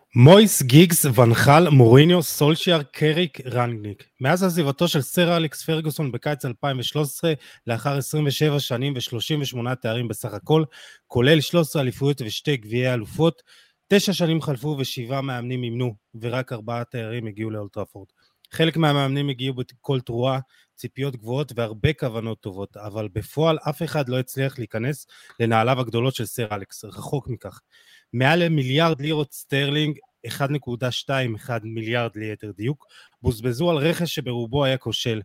מויס, גיגס, ונחל, מוריניו, סולשייר, קריק, רנגניק. מאז עזיבתו של סר אלכס פרגוסון בקיץ 2013, לאחר 27 שנים ו38 תארים בסך הכל, כולל 13 אליפויות ו2 גביעי אלופות, 9 שנים חלפו ו7 מאמנים אימנו, ורק 4 תארים הגיעו לאולד טראפורד. חלק מהמאמנים הגיעו בכל תרועה, ציפיות גבוהות והרבה כוונות טובות, אבל בפועל אף אחד לא הצליח להיכנס לנעליו הגדולות של סר אלכס, רחוק מכך. מעל למיליארד לירות סטרלינג, 1.21 מיליארד ליתר דיוק, בוזבזו על רכש שברובו היה כושל.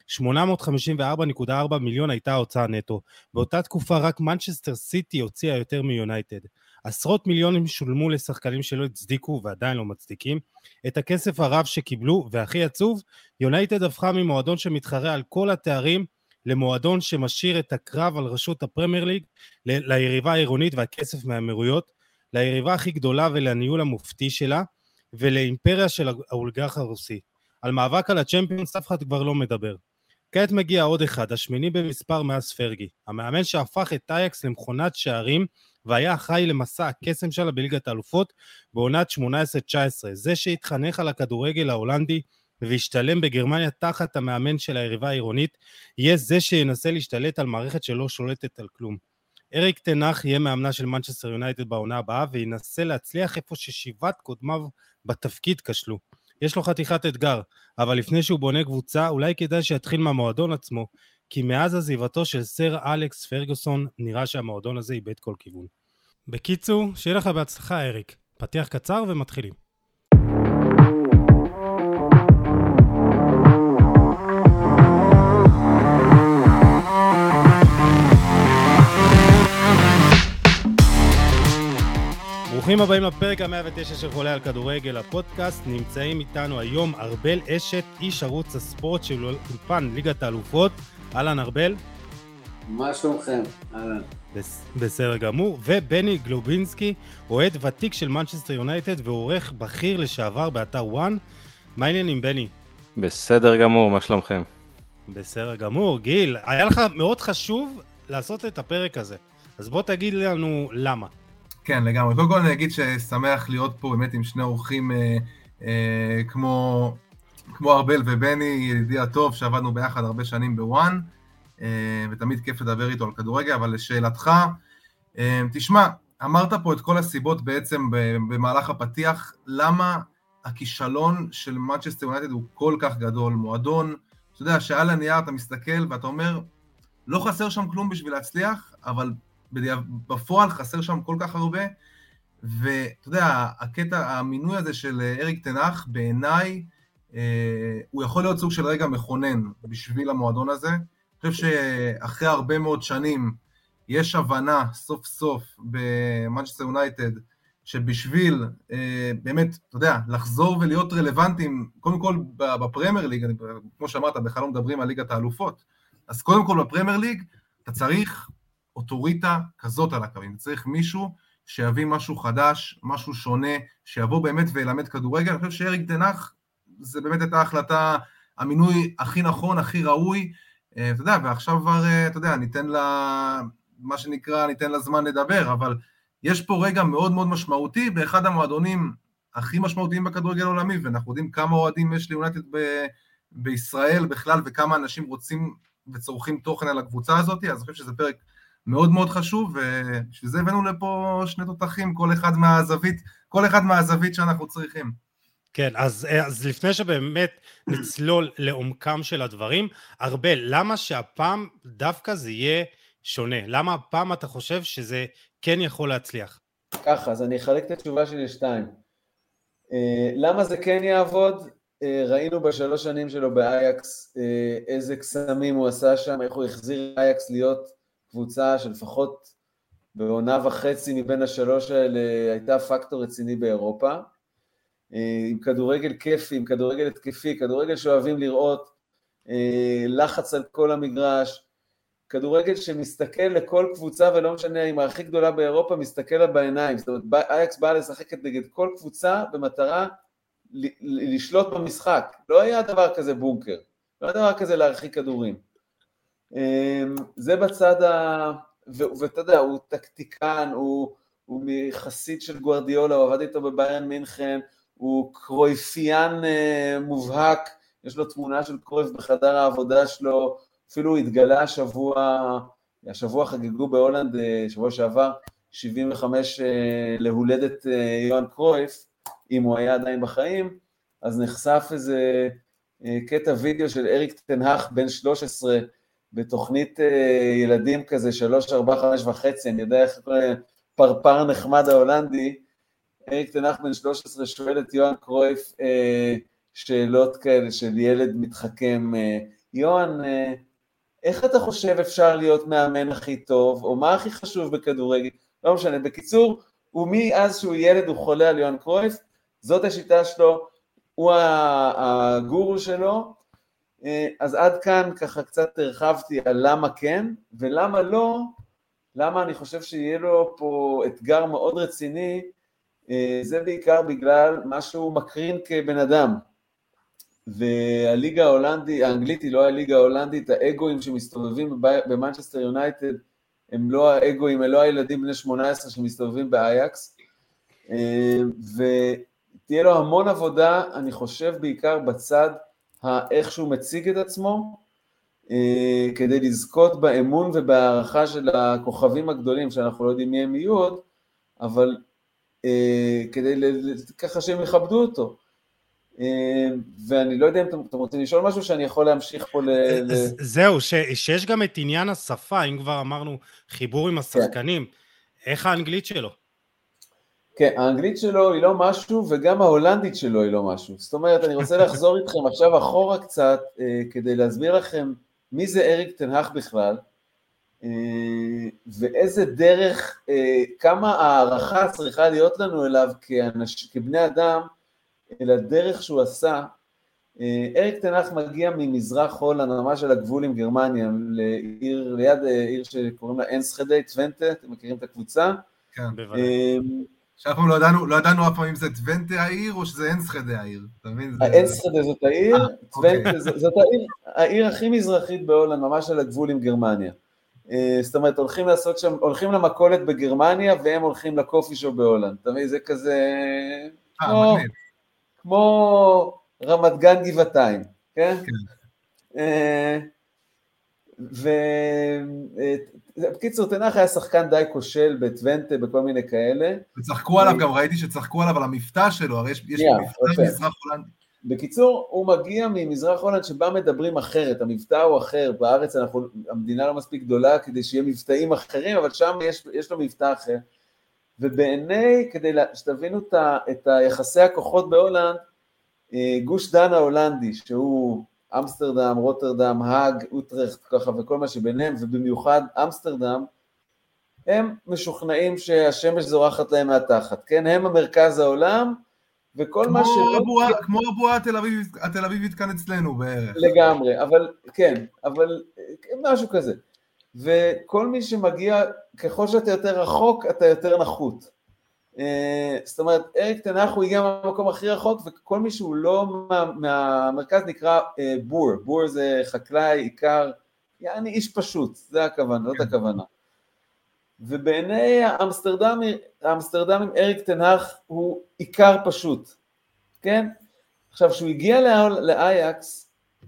854.4 מיליון הייתה ההוצאה נטו. באותה תקופה רק מנצ'סטר סיטי הוציאה יותר מיונייטד. עשרות מיליונים שולמו לשחקנים שלא הצדיקו ועדיין לא מצדיקים. את הכסף הרב שקיבלו, והכי עצוב, יונייטד הפכה ממועדון שמתחרה על כל התארים, למועדון שמשאיר את הקרב על רשות הפרמייר ליג, ליריבה העירונית והכסף מהאמירויות, ליריבה הכי גדולה ולניהול המופתי שלה, ולאימפריה של האולגח הרוסי. על מאבק על הצ'מפיונס אף אחד כבר לא מדבר. כעת מגיע עוד אחד, השמיני במספר מאז פרגי, המאמן שהפך את אייקס למכונת שערים, והיה אחראי למסע הקסם שלה בליגת האלופות, בעונת 18-19, זה שהתחנך על הכדורגל ההולנדי, והשתלם בגרמניה תחת המאמן של היריבה העירונית, יהיה זה שינסה להשתלט על מערכת שלא שולטת על כלום. אריק תנח יהיה מאמנה של מנצ'סטר יונייטד בעונה הבאה, וינסה להצליח איפה ששבעת קודמיו בתפקיד כשלו. יש לו חתיכת אתגר, אבל לפני שהוא בונה קבוצה, אולי כדאי שיתחיל מהמועדון עצמו, כי מאז עזיבתו של סר אלכס פרגוסון, נראה שהמועדון הזה איבד כל כיוון. בקיצור, שיהיה לך בהצלחה אריק. פתיח קצר ומתחילים. ברוכים הבאים לפרק ה-109 של חולה על כדורגל, הפודקאסט. נמצאים איתנו היום ארבל אשת, איש ערוץ הספורט של אולפן ליגת האלופות. אהלן ארבל. מה שלומכם? אהלן. בסדר גמור. ובני גלובינסקי, אוהד ותיק של מנצ'סטר יונייטד ועורך בכיר לשעבר באתר וואן. מה העניינים בני? בסדר גמור, מה שלומכם? בסדר גמור. גיל, היה לך מאוד חשוב לעשות את הפרק הזה, אז בוא תגיד לנו למה. כן, לגמרי. קודם כל אני אגיד ששמח להיות פה באמת עם שני אורחים כמו ארבל ובני, ידידי הטוב, שעבדנו ביחד הרבה שנים בוואן, ותמיד כיף לדבר איתו על כדורגל. אבל לשאלתך, תשמע, אמרת פה את כל הסיבות בעצם במהלך הפתיח, למה הכישלון של מנצ'סטר יונייטד הוא כל כך גדול, מועדון, אתה יודע, שעל הנייר אתה מסתכל ואתה אומר, לא חסר שם כלום בשביל להצליח, אבל בפועל חסר שם כל כך הרבה, ואתה יודע, המינוי הזה של אריק תנח, בעיניי, הוא יכול להיות סוג של רגע מכונן בשביל המועדון הזה. אני חושב שאחרי הרבה מאוד שנים, יש הבנה סוף סוף במנצ'סטר יונייטד, שבשביל באמת, אתה יודע, לחזור ולהיות רלוונטיים, קודם כל בפרמייר ליג, כמו שאמרת, בכלל לא מדברים על ליגת האלופות, אז קודם כל בפרמייר ליג, אתה צריך אוטוריטה כזאת על הקווים, צריך מישהו שיביא משהו חדש, משהו שונה, שיבוא באמת וילמד כדורגל. אני חושב שאריק תנח, זה באמת הייתה ההחלטה, המינוי הכי נכון, הכי ראוי, אתה יודע, ועכשיו כבר, אתה יודע, ניתן לה, מה שנקרא, ניתן לה זמן לדבר, אבל יש פה רגע מאוד מאוד משמעותי, באחד המועדונים הכי משמעותיים בכדורגל העולמי, ואנחנו יודעים כמה אוהדים יש ליונייטד בישראל בכלל, וכמה אנשים רוצים וצורכים תוכן על הקבוצה הזאת, אז אני חושב שזה פרק מאוד מאוד חשוב, ובשביל זה הבאנו לפה שני תותחים, כל אחד מהזווית שאנחנו צריכים. כן, אז לפני שבאמת נצלול לעומקם של הדברים, ארבל, למה שהפעם דווקא זה יהיה שונה? למה הפעם אתה חושב שזה כן יכול להצליח? ככה, אז אני אחלק את התשובה שלי לשתיים. למה זה כן יעבוד? ראינו בשלוש שנים שלו באייקס, איזה קסמים הוא עשה שם, איך הוא החזיר אייקס להיות קבוצה שלפחות בעונה וחצי מבין השלוש האלה הייתה פקטור רציני באירופה, עם כדורגל כיפי, עם כדורגל התקפי, כדורגל שאוהבים לראות, לחץ על כל המגרש, כדורגל שמסתכל לכל קבוצה, ולא משנה אם הכי גדולה באירופה, מסתכל לה בעיניים. זאת אומרת, אייקס באה לשחק נגד כל קבוצה במטרה לשלוט במשחק. לא היה דבר כזה בונקר, לא היה דבר כזה להרחיק כדורים. זה בצד ואתה יודע, הוא טקטיקן, הוא מחסיד של גוארדיולה, הוא עבד איתו בביירן מינכן, הוא קרויפיאן מובהק, יש לו תמונה של קרויף בחדר העבודה שלו, אפילו הוא התגלה השבוע חגגו בהולנד, שבוע שעבר, 75 להולדת יוהאן קרויף, אם הוא היה עדיין בחיים, אז נחשף איזה קטע וידאו של אריק תנהך בן 13, בתוכנית ילדים כזה, 3, 4, 5 וחצי, אני יודע איך פרפר נחמד ההולנדי, אריק תנהך בן 13 שואל את יוהאן קרויף שאלות כאלה של ילד מתחכם, יוהאן, איך אתה חושב אפשר להיות מאמן הכי טוב, או מה הכי חשוב בכדורגל? לא משנה, בקיצור, ומאז שהוא ילד הוא חולה על יוהאן קרויף, זאת השיטה שלו, הוא הגורו שלו, אז עד כאן ככה קצת הרחבתי על למה כן, ולמה לא, למה אני חושב שיהיה לו פה אתגר מאוד רציני, זה בעיקר בגלל מה שהוא מקרין כבן אדם, והליגה האנגלית היא לא הליגה ההולנדית, האגואים שמסתובבים במנצ'סטר יונייטד, הם לא האגואים, הם לא הילדים בני 18 שמסתובבים באייקס, ותהיה לו המון עבודה, אני חושב בעיקר בצד איך שהוא מציג את עצמו, כדי לזכות באמון ובהערכה של הכוכבים הגדולים, שאנחנו לא יודעים מי הם יהיו עוד, אבל כדי ככה שהם יכבדו אותו. ואני לא יודע אם אתם רוצים לשאול משהו שאני יכול להמשיך פה זהו, שיש גם את עניין השפה, אם כבר אמרנו חיבור עם השחקנים, איך האנגלית שלו? כן, האנגלית שלו היא לא משהו, וגם ההולנדית שלו היא לא משהו. זאת אומרת, אני רוצה לחזור איתכם עכשיו אחורה קצת, כדי להסביר לכם מי זה אריק תנהך בכלל, ואיזה דרך, כמה הערכה צריכה להיות לנו אליו כבני אדם, אל הדרך שהוא עשה. אריק תנהך מגיע ממזרח הולנד, ממש על הגבול עם גרמניה, ליד עיר שקוראים לה אנסחדה, טוונטה, אתם מכירים את הקבוצה? כן, בוודאי. שאנחנו לא ידענו אף פעם אם זה טוונטה העיר, או שזה אנסחדה העיר, אתה מבין? אנסחדה זאת העיר, טוונטה זאת העיר הכי מזרחית בהולנד, ממש על הגבול עם גרמניה. זאת אומרת, הולכים למכולת בגרמניה, והם הולכים לקופי שופ בהולנד, אתה מבין? זה כזה... כמו רמת גן גבעתיים, כן? ובקיצור, תנהך היה שחקן די כושל בטוונטה, בכל מיני כאלה. וצחקו עליו, גם ראיתי שצחקו עליו על המבטא שלו, הרי יש מבטא במזרח הולנד. בקיצור, הוא מגיע ממזרח הולנד שבה מדברים אחרת, המבטא הוא אחר, בארץ המדינה לא מספיק גדולה כדי שיהיה מבטאים אחרים, אבל שם יש לו מבטא אחר. ובעיני, כדי שתבינו את היחסי הכוחות בהולנד, גוש דן ההולנדי, שהוא אמסטרדם, רוטרדם, האג, אוטרכט, ככה וכל מה שביניהם, ובמיוחד אמסטרדם, הם משוכנעים שהשמש זורחת להם מהתחת, כן? הם המרכז העולם, וכל מה כמו הבועה התל אביבית כאן אצלנו בערך. לגמרי, אבל כן, אבל משהו כזה. וכל מי שמגיע, ככל שאתה יותר רחוק, אתה יותר נחות. זאת אומרת, אריק תנהך הוא הגיע מהמקום הכי רחוק, וכל מי שהוא לא מהמרכז נקרא בור. בור זה חקלאי, עיקר, יעני איש פשוט, זה הכוונה, זאת הכוונה. ובעיני האמסטרדמים, אריק תנהך הוא עיקר פשוט, כן? עכשיו, כשהוא הגיע לאייקס,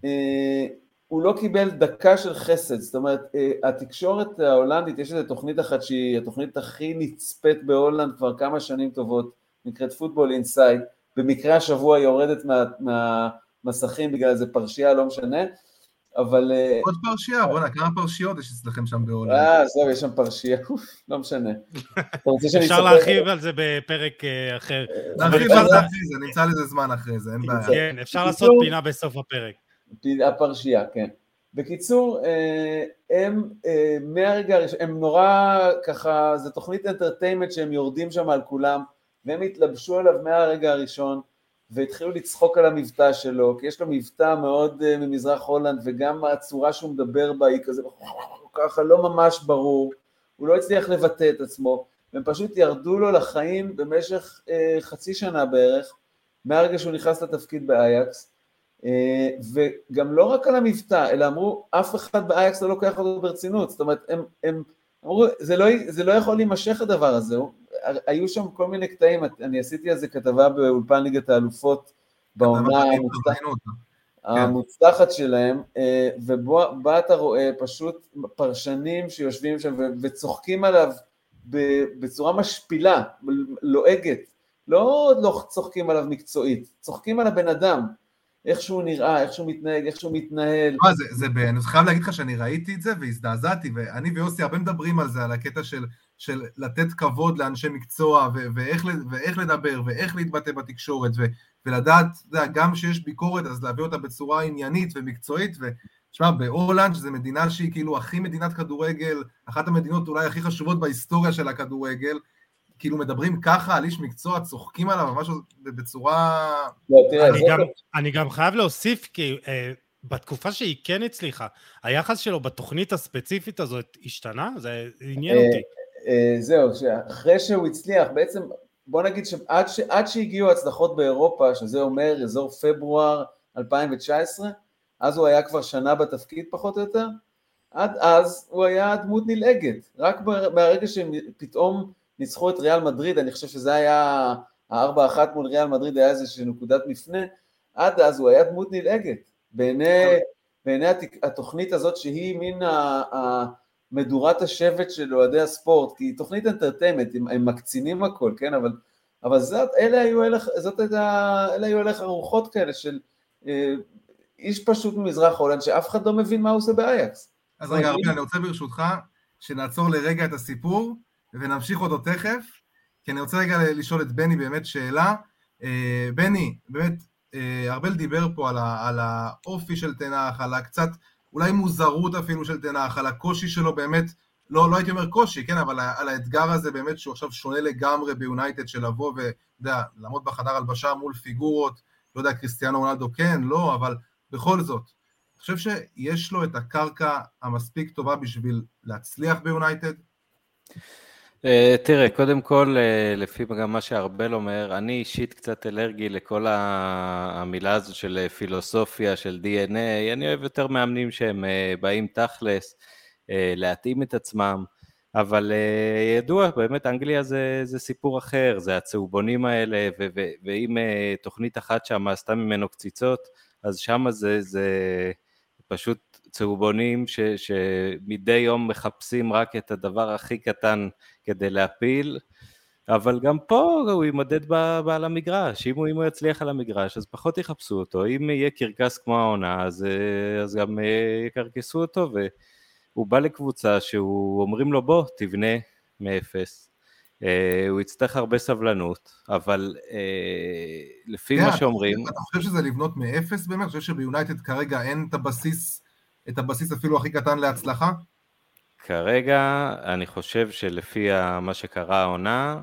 הוא לא קיבל דקה של חסד, זאת אומרת, התקשורת ההולנדית, יש איזו תוכנית אחת שהיא התוכנית הכי נצפית בהולנד כבר כמה שנים טובות, נקראת פוטבול אינסייד, במקרה השבוע היא יורדת מהמסכים בגלל איזה פרשייה, לא משנה, אבל... עוד פרשייה, בוא'נה, כמה פרשיות יש אצלכם שם בהולנד? זהו, יש שם פרשייה, לא משנה. אפשר להרחיב על זה בפרק אחר. להרחיב על זה אחרי זה, נמצא לזה זמן אחרי זה, אין בעיה. כן, אפשר לעשות פינה בסוף הפרק. הפרשייה, כן. בקיצור, הם מהרגע הראשון, הם נורא ככה, זה תוכנית אנטרטיימנט שהם יורדים שם על כולם, והם התלבשו עליו מהרגע הראשון, והתחילו לצחוק על המבטא שלו, כי יש לו מבטא מאוד ממזרח הולנד, וגם הצורה שהוא מדבר בה היא כזה, ככה לא ממש ברור, הוא לא הצליח לבטא את עצמו, והם פשוט ירדו לו לחיים במשך חצי שנה בערך, מהרגע שהוא נכנס לתפקיד באייקס, וגם לא רק על המבטא, אלא אמרו, אף אחד באייקס לא לוקח אותו ברצינות, זאת אומרת, הם אמרו, זה לא יכול להימשך הדבר הזה, היו שם כל מיני קטעים, אני עשיתי על זה כתבה באולפן ליגת האלופות, בעונה המוצלחת שלהם, ובה אתה רואה פשוט פרשנים שיושבים שם וצוחקים עליו בצורה משפילה, לועגת, לא צוחקים עליו מקצועית, צוחקים על הבן אדם, איך שהוא נראה, איך שהוא מתנהג, איך שהוא מתנהל. אני חייב להגיד לך שאני ראיתי את זה והזדעזעתי, ואני ויוסי הרבה מדברים על זה, על הקטע של לתת כבוד לאנשי מקצוע, ואיך לדבר, ואיך להתבטא בתקשורת, ולדעת, גם שיש ביקורת, אז להביא אותה בצורה עניינית ומקצועית, ושמע, בהולנד, שזו מדינה שהיא כאילו הכי מדינת כדורגל, אחת המדינות אולי הכי חשובות בהיסטוריה של הכדורגל, כאילו מדברים ככה על איש מקצוע, צוחקים עליו, משהו בצורה... אני גם חייב להוסיף, כי בתקופה שהיא כן הצליחה, היחס שלו בתוכנית הספציפית הזאת השתנה? זה עניין אותי. זהו, אחרי שהוא הצליח, בעצם בוא נגיד שעד שהגיעו הצלחות באירופה, שזה אומר אזור פברואר 2019, אז הוא היה כבר שנה בתפקיד פחות או יותר, עד אז הוא היה דמות נלעגת, רק מהרגע שפתאום ניצחו את ריאל מדריד, אני חושב שזה היה 4-1 מול ריאל מדריד, היה איזושהי נקודת מפנה, עד אז הוא היה דמות נלעגת, בעיני התוכנית הזאת שהיא מין מדורת השבט של אוהדי הספורט, כי היא תוכנית אנטרטיימנט, הם מקצינים הכל, כן, אבל אלה היו הלך הרוחות כאלה של איש פשוט ממזרח הולנד, שאף אחד לא מבין מה הוא עושה באייקס. אז רגע, אני רוצה ברשותך שנעצור לרגע את הסיפור, ונמשיך אותו תכף, כי אני רוצה רגע לשאול את בני באמת שאלה. בני, באמת, ארבל דיבר פה על האופי של תנח, על הקצת, אולי מוזרות אפילו של תנח, על הקושי שלו באמת, לא הייתי אומר קושי, כן, אבל על האתגר הזה באמת שהוא עכשיו שונה לגמרי ביונייטד של לבוא לעמוד בחדר הלבשה מול פיגורות, לא יודע, קריסטיאנו רונלדו כן, לא, אבל בכל זאת, אני חושב שיש לו את הקרקע המספיק טובה בשביל להצליח ביונייטד? תראה, קודם כל, לפי גם מה שארבל אומר, אני אישית קצת אלרגי לכל המילה הזו של פילוסופיה, של DNA, אני אוהב יותר מאמנים שהם באים תכלס, להתאים את עצמם, אבל ידוע, באמת אנגליה זה סיפור אחר, זה הצהובונים האלה, ואם תוכנית אחת שם עשתה ממנו קציצות, אז שם זה פשוט צהובונים שמדי יום מחפשים רק את הדבר הכי קטן כדי להפיל, אבל גם פה הוא יימדד על המגרש, אם הוא יצליח על המגרש אז פחות יחפשו אותו, אם יהיה קרקס כמו העונה אז גם יקרקסו אותו, והוא בא לקבוצה שהוא אומרים לו בוא תבנה מאפס, הוא יצטרך הרבה סבלנות, אבל לפי מה שאומרים... אתה חושב שזה לבנות מאפס באמת? אני חושב שביונייטד כרגע אין את הבסיס אפילו הכי קטן להצלחה? כרגע אני חושב שלפי מה שקרה העונה,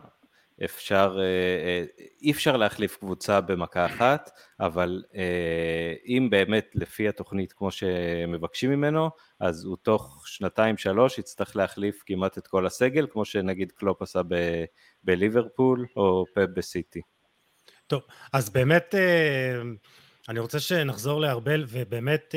אי אפשר להחליף קבוצה במכה אחת, אבל אם באמת לפי התוכנית כמו שמבקשים ממנו, אז הוא תוך 2-3 יצטרך להחליף כמעט את כל הסגל, כמו שנגיד קלופ עשה בליברפול או פפ בסיטי. טוב, אז באמת אני רוצה שנחזור לארבל, ובאמת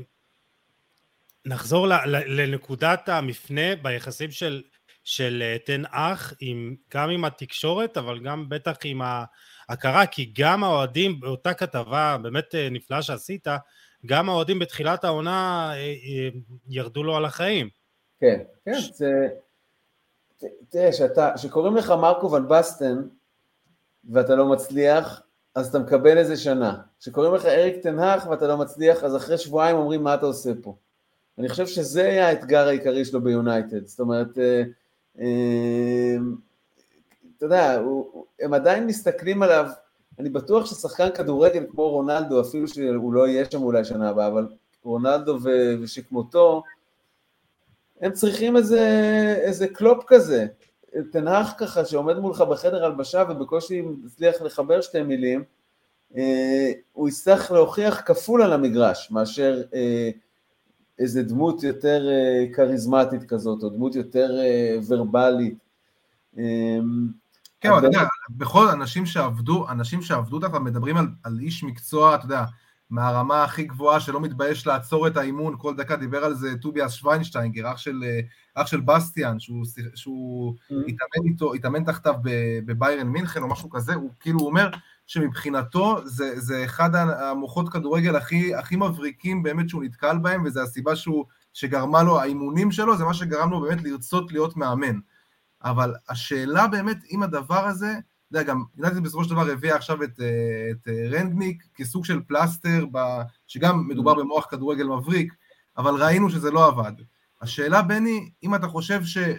נחזור לנקודת המפנה ביחסים של תנח, גם עם התקשורת, אבל גם בטח עם ההכרה, כי גם האוהדים באותה כתבה באמת נפלאה שעשית, גם האוהדים בתחילת העונה ירדו לו על החיים. כן, כן, תראה, שקוראים לך מרקו ון בסטן, ואתה לא מצליח, אז אתה מקבל איזה שנה. שקוראים לך אריק תנח ואתה לא מצליח, אז אחרי שבועיים אומרים מה אתה עושה פה. אני חושב שזה היה האתגר העיקרי שלו ביונייטד, זאת אומרת, אתה יודע, הם עדיין מסתכלים עליו, אני בטוח ששחקן כדורגל כמו רונלדו, אפילו שהוא לא יהיה שם אולי שנה הבאה, אבל רונלדו ושכמותו, הם צריכים איזה קלופ כזה, תנח ככה שעומד מולך בחדר הלבשה ובקושי מצליח לחבר שתי מילים, הוא יצטרך להוכיח כפול על המגרש, מאשר איזה דמות יותר קריזמטית כזאת, או דמות יותר ורבלית. כן, אתה יודע, בכל אנשים שעבדו, אתה מדברים על איש מקצוע, אתה יודע, מהרמה הכי גבוהה, שלא מתבייש לעצור את האימון כל דקה, דיבר על זה טוביאס שוויינשטיינגר, אח של בסטיאן, שהוא התאמן תחתיו בביירן מינכן או משהו כזה, הוא כאילו אומר שמבחינתו זה אחד המוחות כדורגל הכי מבריקים באמת שהוא נתקל בהם, וזה הסיבה שגרמה לו, האימונים שלו, זה מה שגרם לו באמת לרצות להיות מאמן. אבל השאלה באמת, אם הדבר הזה, אתה יודע, גם יונייטד בסופו של דבר הביא עכשיו את רנגניק כסוג של פלסטר, שגם מדובר במוח כדורגל מבריק, אבל ראינו שזה לא עבד. השאלה, בני, אם אתה חושב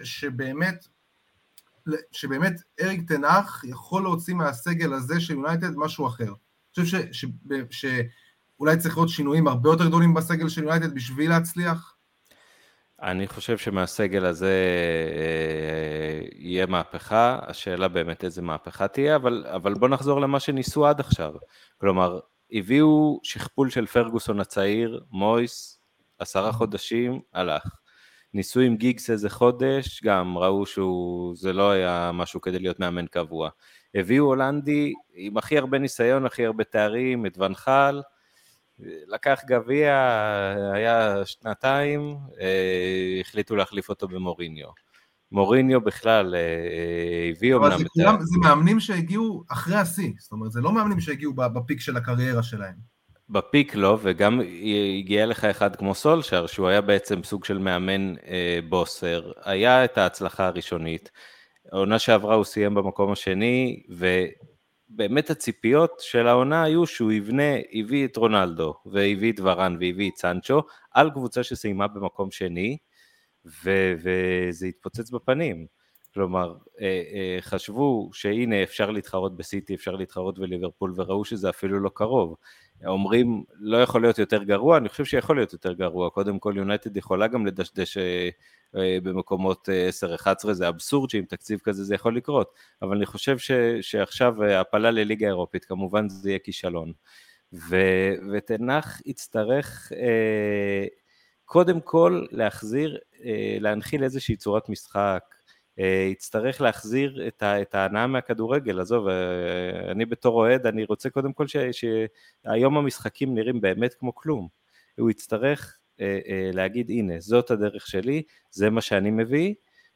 שבאמת אריק תנח יכול להוציא מהסגל הזה של יונייטד משהו אחר. אני חושב שאולי צריך להיות שינויים הרבה יותר גדולים בסגל של יונייטד בשביל להצליח? אני חושב שמהסגל הזה יהיה מהפכה, השאלה באמת איזה מהפכה תהיה, אבל בוא נחזור למה שניסו עד עכשיו. כלומר, הביאו שכפול של פרגוסון הצעיר, מויס, 10 חודשים, הלך. ניסו עם גיגס איזה חודש, גם ראו שזה לא היה משהו כדי להיות מאמן קבוע. הביאו הולנדי עם הכי הרבה ניסיון, הכי הרבה תארים, את ונחל, לקח גביע, היה 2, החליטו להחליף אותו במוריניו. מוריניו בכלל הביאו... אבל זה מאמנים שהגיעו אחרי השיא, זאת אומרת, זה לא מאמנים שהגיעו בפיק של הקריירה שלהם. בפיק לא, וגם הגיע לך אחד כמו סולשר, שהוא היה בעצם סוג של מאמן בוסר, היה את ההצלחה הראשונית, העונה שעברה הוא סיים במקום השני, ובאמת הציפיות של העונה היו שהוא הביא את רונלדו, והביא את ורן, והביא את סנצ'ו, על קבוצה שסיימה במקום שני, וזה התפוצץ בפנים. כלומר, חשבו שהנה אפשר להתחרות בסיטי, אפשר להתחרות בליברפול, וראו שזה אפילו לא קרוב. אומרים, לא יכול להיות יותר גרוע, אני חושב שיכול להיות יותר גרוע. קודם כל, יונייטד יכולה גם לדשדש במקומות 10-11, זה אבסורד שעם תקציב כזה זה יכול לקרות, אבל אני חושב שעכשיו הפלה לליגה אירופית, כמובן זה יהיה כישלון. ותנח יצטרך קודם כל להנחיל איזושהי צורת משחק, יצטרך להחזיר את ההנאה מהכדורגל. עזוב, אני בתור אוהד, אני רוצה קודם כל שהיום המשחקים נראים באמת כמו כלום. הוא יצטרך להגיד, הנה, זאת הדרך שלי, זה מה שאני מביא,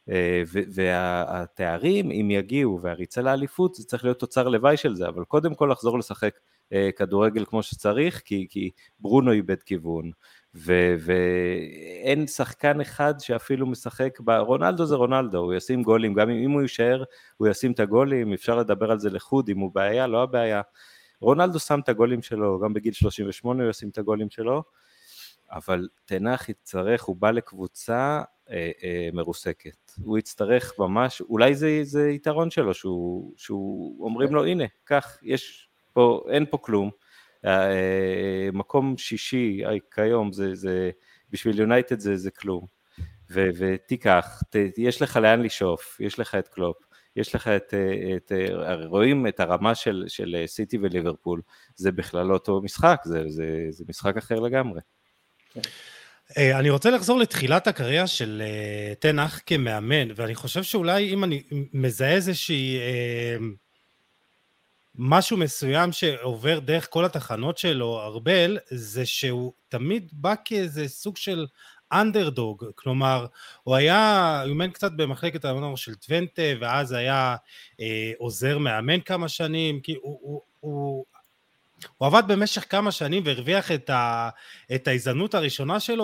והתארים, אם יגיעו, והריצה לאליפות, זה צריך להיות תוצר לוואי של זה, אבל קודם כל לחזור לשחק כדורגל כמו שצריך, כי ברונו איבד כיוון, ואין שחקן אחד שאפילו משחק, רונלדו זה רונלדו, הוא ישים גולים, גם אם הוא יישאר, הוא ישים את הגולים, אפשר לדבר על זה לחוד, אם הוא בעיה, לא הבעיה. רונלדו שם את הגולים שלו, גם בגיל 38 הוא ישים את הגולים שלו, אבל תנח יצטרך, הוא בא לקבוצה מרוסקת, הוא יצטרך ממש, אולי זה יתרון שלו, שהוא אומרים לו, הנה, כך, יש פה, אין פה כלום, מקום שישי כיום, בשביל יונייטד זה כלום, ותיקח, יש לך לאן לשאוף, יש לך את קלופ, יש לך רואים את הרמה של סיטי וליברפול, זה בכלל לא אותו משחק, זה משחק אחר לגמרי. אני רוצה לחזור לתחילת הקריירה של תנח כמאמן, ואני חושב שאולי אם אני מזהה איזושהי משהו מסוים שעובר דרך כל התחנות שלו, ארבל, זה שהוא תמיד בא כאיזה סוג של אנדרדוג, כלומר, הוא היה אימן קצת במחלקת המנור של טוונטה, ואז היה עוזר מאמן כמה שנים, כי הוא עבד במשך כמה שנים והרוויח את ההזדמנות הראשונה שלו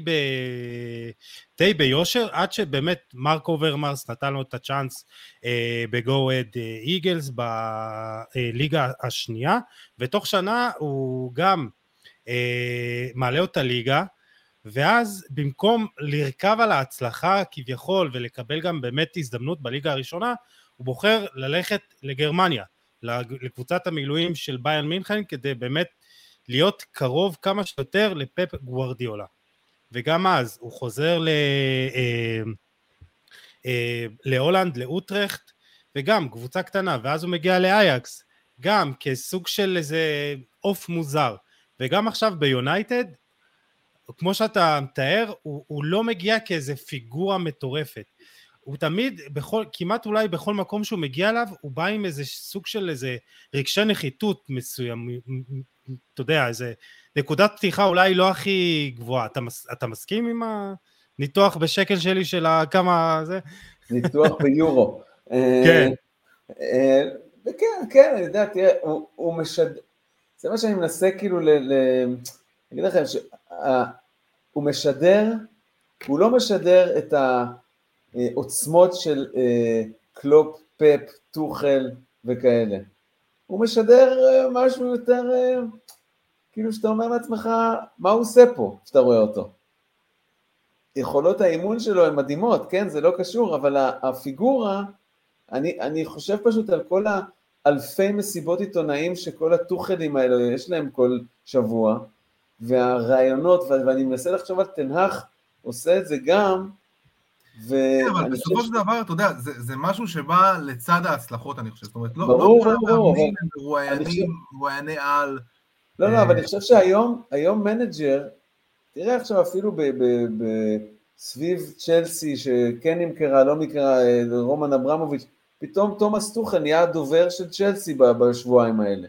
די ביושר, עד שבאמת מרק אוברמרס נתן לו את הצ'אנס בגו אד איגלס בליגה השנייה, ותוך שנה הוא גם מעלה אותה ליגה, ואז במקום לרכב על ההצלחה כביכול ולקבל גם באמת הזדמנות בליגה הראשונה, הוא בוחר ללכת לגרמניה, לקבוצת המילואים של ביירן מינכן, כדי באמת להיות קרוב כמה שיותר לפפ גוארדיולה. וגם אז הוא חוזר להולנד, לאוטרחט, וגם קבוצה קטנה, ואז הוא מגיע לאייקס, גם כסוג של איזה אוף מוזר, וגם עכשיו ביונייטד, כמו שאתה מתאר, הוא לא מגיע כאיזה פיגורה מטורפת, הוא תמיד, כמעט אולי בכל מקום שהוא מגיע אליו, הוא בא עם איזה סוג של איזה רגשי נחיתות מסוים, אתה יודע, איזה נקודת פתיחה אולי לא הכי גבוהה. אתה מסכים עם הניתוח בשקל שלי של כמה זה? ניתוח ביורו. כן. כן, אני יודע, תראה, הוא משדר, זה מה שאני מנסה כאילו, אני אגיד לכם, הוא משדר, הוא לא משדר את העוצמות של קלופ, פפ, טוחל וכאלה. הוא משדר משהו יותר, כאילו שאתה אומר לעצמך, מה הוא עושה פה, שאתה רואה אותו. יכולות האימון שלו הן מדהימות, כן, זה לא קשור, אבל הפיגורה, אני חושב פשוט על כל האלפי מסיבות עיתונאים שכל הטוחלים האלה יש להם כל שבוע, והרעיונות, ואני מנסה לחשוב על תנהך, עושה את זה גם, כן, אבל בסופו של דבר, אתה יודע, זה משהו שבא לצד ההצלחות, אני חושב, זאת אומרת, לא ברור, המאמנים הם רואייני על... לא, אבל אני חושב שהיום מנג'ר, תראה עכשיו אפילו סביב צ'לסי, שכן נמכרה, לא נמכרה, רומן אברמוביץ', פתאום תומאס טוחל נהיה הדובר של צ'לסי בשבועיים האלה.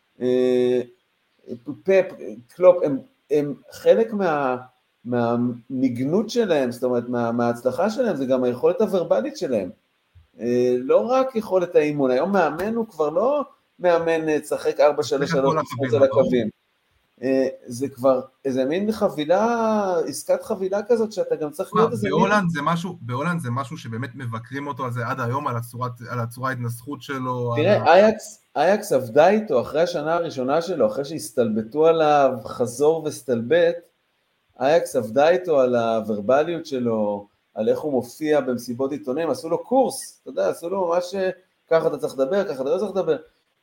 פפ, קלופ, הם חלק מהמגנות שלהם, זאת אומרת, מההצלחה שלהם, זה גם היכולת הוורבלית שלהם. לא רק יכולת האימון, היום מאמן הוא כבר לא מאמן צחק 4-3-3 על הקווים. זה כבר איזה מין חבילה, עסקת חבילה כזאת שאתה גם צריך להיות איזה מין... בהולנד זה משהו שבאמת מבקרים אותו על זה עד היום, על הצורה ההתנסחות שלו. תראה, אייקס עבדה איתו אחרי השנה הראשונה שלו, אחרי שהסתלבטו עליו חזור וסתלבט, אייקס עבדה איתו על הוורבליות שלו, על איך הוא מופיע במסיבות עיתונאים, עשו לו קורס, אתה יודע, עשו לו ממש ככה אתה צריך לדבר, ככה אתה לא צריך לדבר.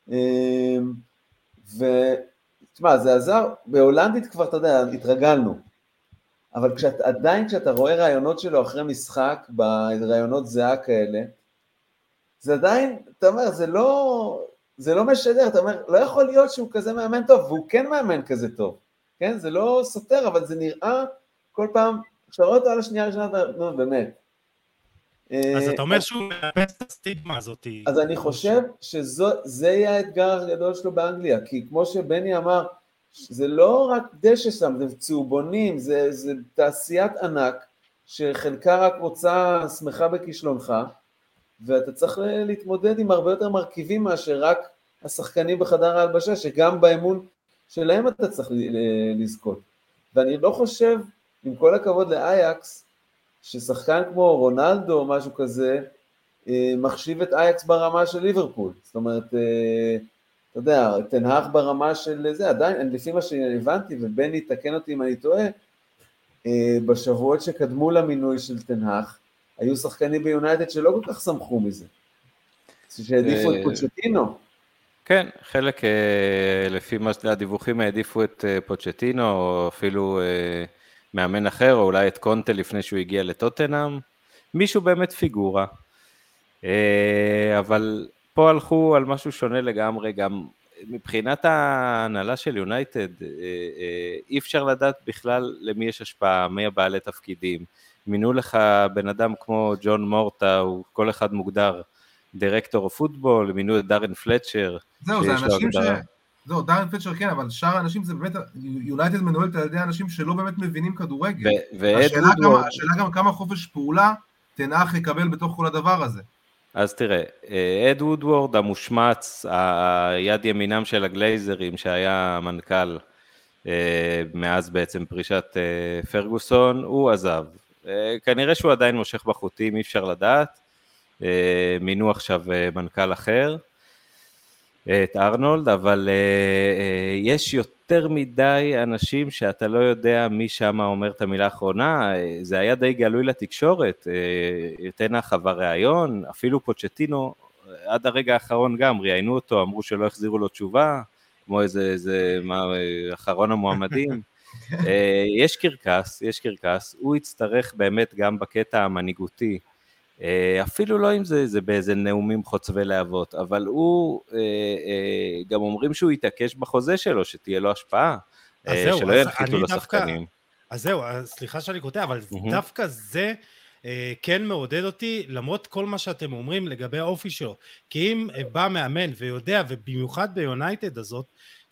תשמע, זה עזר, בהולנדית כבר, אתה יודע, התרגלנו, אבל עדיין כשאתה רואה רעיונות שלו אחרי משחק, ברעיונות זהה כאלה, זה עדיין, אתה אומר, זה לא משדר, אתה אומר, לא יכול להיות שהוא כזה מאמן טוב, והוא כן מאמן כזה טוב, כן? זה לא סותר, אבל זה נראה כל פעם, כשאתה רואה אותו על השנייה הראשונה, נו, באמת. אז אתה אומר שהוא מאבד את הסטיגמה הזאת. אז אני חושב שזה יהיה האתגר הגדול שלו באנגליה, כי כמו שבני אמר, זה לא רק דשא שם, זה צהובונים, זה תעשיית ענק, שחלקה רק רוצה שמחה בכישלונך, ואתה צריך להתמודד עם הרבה יותר מרכיבים מאשר רק השחקנים בחדר ההלבשה, שגם באמון שלהם אתה צריך לזכות. ואני לא חושב, עם כל הכבוד לאייקס, ששחקן כמו רונלדו או משהו כזה, מחשיב את אייקס ברמה של ליברפול. זאת אומרת, אתה יודע, תנהך ברמה של זה, עדיין, לפי מה שהבנתי, ובני תקן אותי אם אני טועה, בשבועות שקדמו למינוי של תנהך, היו שחקנים ביונייטד שלא כל כך שמחו מזה. שהעדיפו את פוצ'טינו. כן, חלק לפי הדיווחים העדיפו את פוצ'טינו, או אפילו מאמן אחר, או אולי את קונטה לפני שהוא הגיע לטוטנהאם. מישהו באמת פיגורה. אבל פה הלכו על משהו שונה לגמרי, גם מבחינת ההנהלה של יונייטד, אי אפשר לדעת בכלל למי יש השפעה, מי הבעלי תפקידים. מינו לך בן אדם כמו ג'ון מורטה, הוא כל אחד מוגדר דירקטור פוטבול, מינו את דארן פלצ'ר. זהו, זה אנשים זהו, דארן פלצ'ר כן, אבל שאר האנשים זה באמת, יונייטד מנוהלת על ידי אנשים שלא באמת מבינים כדורגל. השאלה גם כמה חופש פעולה תנהך יקבל בתוך כל הדבר הזה. אז תראה, אד וודוורד המושמץ, היד ימינם של הגלייזרים שהיה מנכ"ל מאז בעצם פרישת פרגוסון, הוא עזב. כנראה שהוא עדיין מושך בחוטים, אי אפשר לדעת. מינו עכשיו מנכ"ל אחר, את ארנולד, אבל יש יותר מדי אנשים שאתה לא יודע מי שם אומר את המילה האחרונה. זה היה די גלוי לתקשורת, תנהך עבר ראיון, אפילו פוצ'טינו, עד הרגע האחרון גם, ראיינו אותו, אמרו שלא החזירו לו תשובה, כמו איזה אחרון המועמדים. יש קרקס, הוא יצטרך באמת גם בקטע המנהיגותי, אפילו לא אם זה באיזה נאומים חוצבי להבות, אבל הוא, גם אומרים שהוא יתעקש בחוזה שלו, שתהיה לו השפעה, שלא ינחיתו לו שחקנים. אז זהו, סליחה שאני קוטע, אבל דווקא זה כן מעודד אותי, למרות כל מה שאתם אומרים לגבי האופי שלו, כי אם בא מאמן ויודע, ובמיוחד ביונייטד הזאת,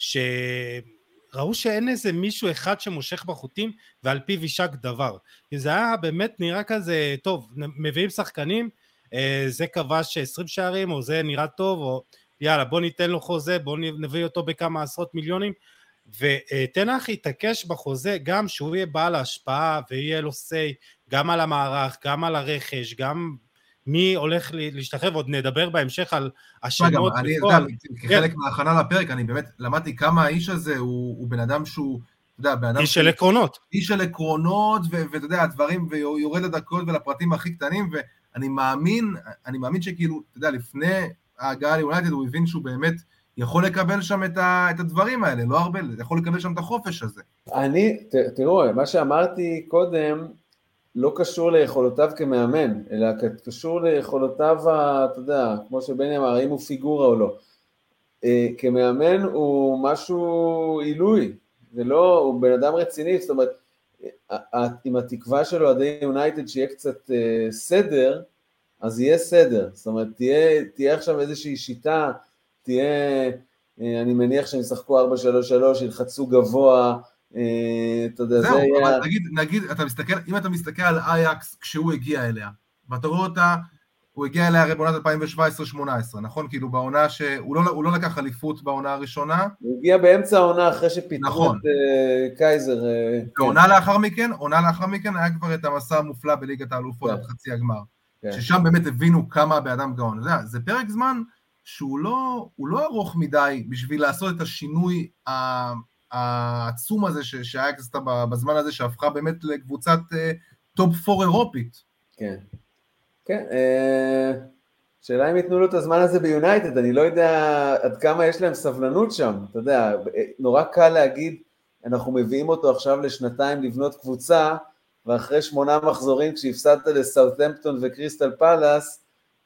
שראו שאין איזה מישהו אחד שמושך בחוטים, ועל פיו יישק דבר, כי זה היה באמת נראה כזה, טוב, מביאים שחקנים, זה כבש 20 שערים, או זה נראה טוב, או יאללה בוא ניתן לו חוזה, בוא נביא אותו בכמה עשרות מיליונים, ותנח יתעקש בחוזה גם שהוא יהיה בעל ההשפעה ויהיה לו סי גם על המערך, גם על הרכש, גם מי הולך להשתחרר, ועוד נדבר בהמשך על השמות. אני יודע, כחלק מההכנה לפרק, אני באמת למדתי כמה האיש הזה הוא בן אדם שהוא, אתה יודע, בן אדם איש של עקרונות. איש של עקרונות, ואתה יודע, הדברים, ויורד לדקות ולפרטים הכי קטנים, ואני מאמין שכאילו, אתה יודע, לפני ההגעה ליונייטד הוא הבין שהוא באמת יכול לקבל שם את הדברים האלה, לא הרבה, יכול לקבל שם את החופש הזה. תראו, מה שאמרתי קודם, לא קשור ליכולותיו כמאמן, אלא קשור ליכולותיו, אתה יודע, כמו שבני אמר, האם הוא פיגורה או לא. כמאמן הוא משהו עילוי, ולא, הוא בן אדם רציני, זאת אומרת, עם התקווה שלו עדי יונייטד שיהיה קצת סדר, אז יהיה סדר, זאת אומרת, תהיה עכשיו איזושהי שיטה, אני מניח שהם ישחקו 4-3-3, ילחצו גבוה, אתה יודע, זהו, אבל נגיד, אם אתה מסתכל על אייקס כשהוא הגיע אליה, ואתה רואה אותה, הוא הגיע אליה הרי בעונת 2017-2018, נכון? כאילו בעונה שהוא לא לקח אליפות בעונה הראשונה. הוא הגיע באמצע העונה אחרי שפיתרו את קייזר. עונה לאחר מכן היה כבר את המסע המופלא בליגת האלופות עד חצי הגמר, ששם באמת הבינו כמה באדם גאון. זה פרק זמן שהוא לא ארוך מדי בשביל לעשות את השינוי העצום הזה שהיה עשתה בזמן הזה, שהפכה באמת לקבוצת טופ 4 אירופית. כן. כן, שאלה אם ייתנו לו את הזמן הזה ביונייטד, אני לא יודע עד כמה יש להם סבלנות שם, אתה יודע, נורא קל להגיד, אנחנו מביאים אותו עכשיו לשנתיים לבנות קבוצה, ואחרי 8 מחזורים כשהפסדת לסאות'המפטון וקריסטל פלאס,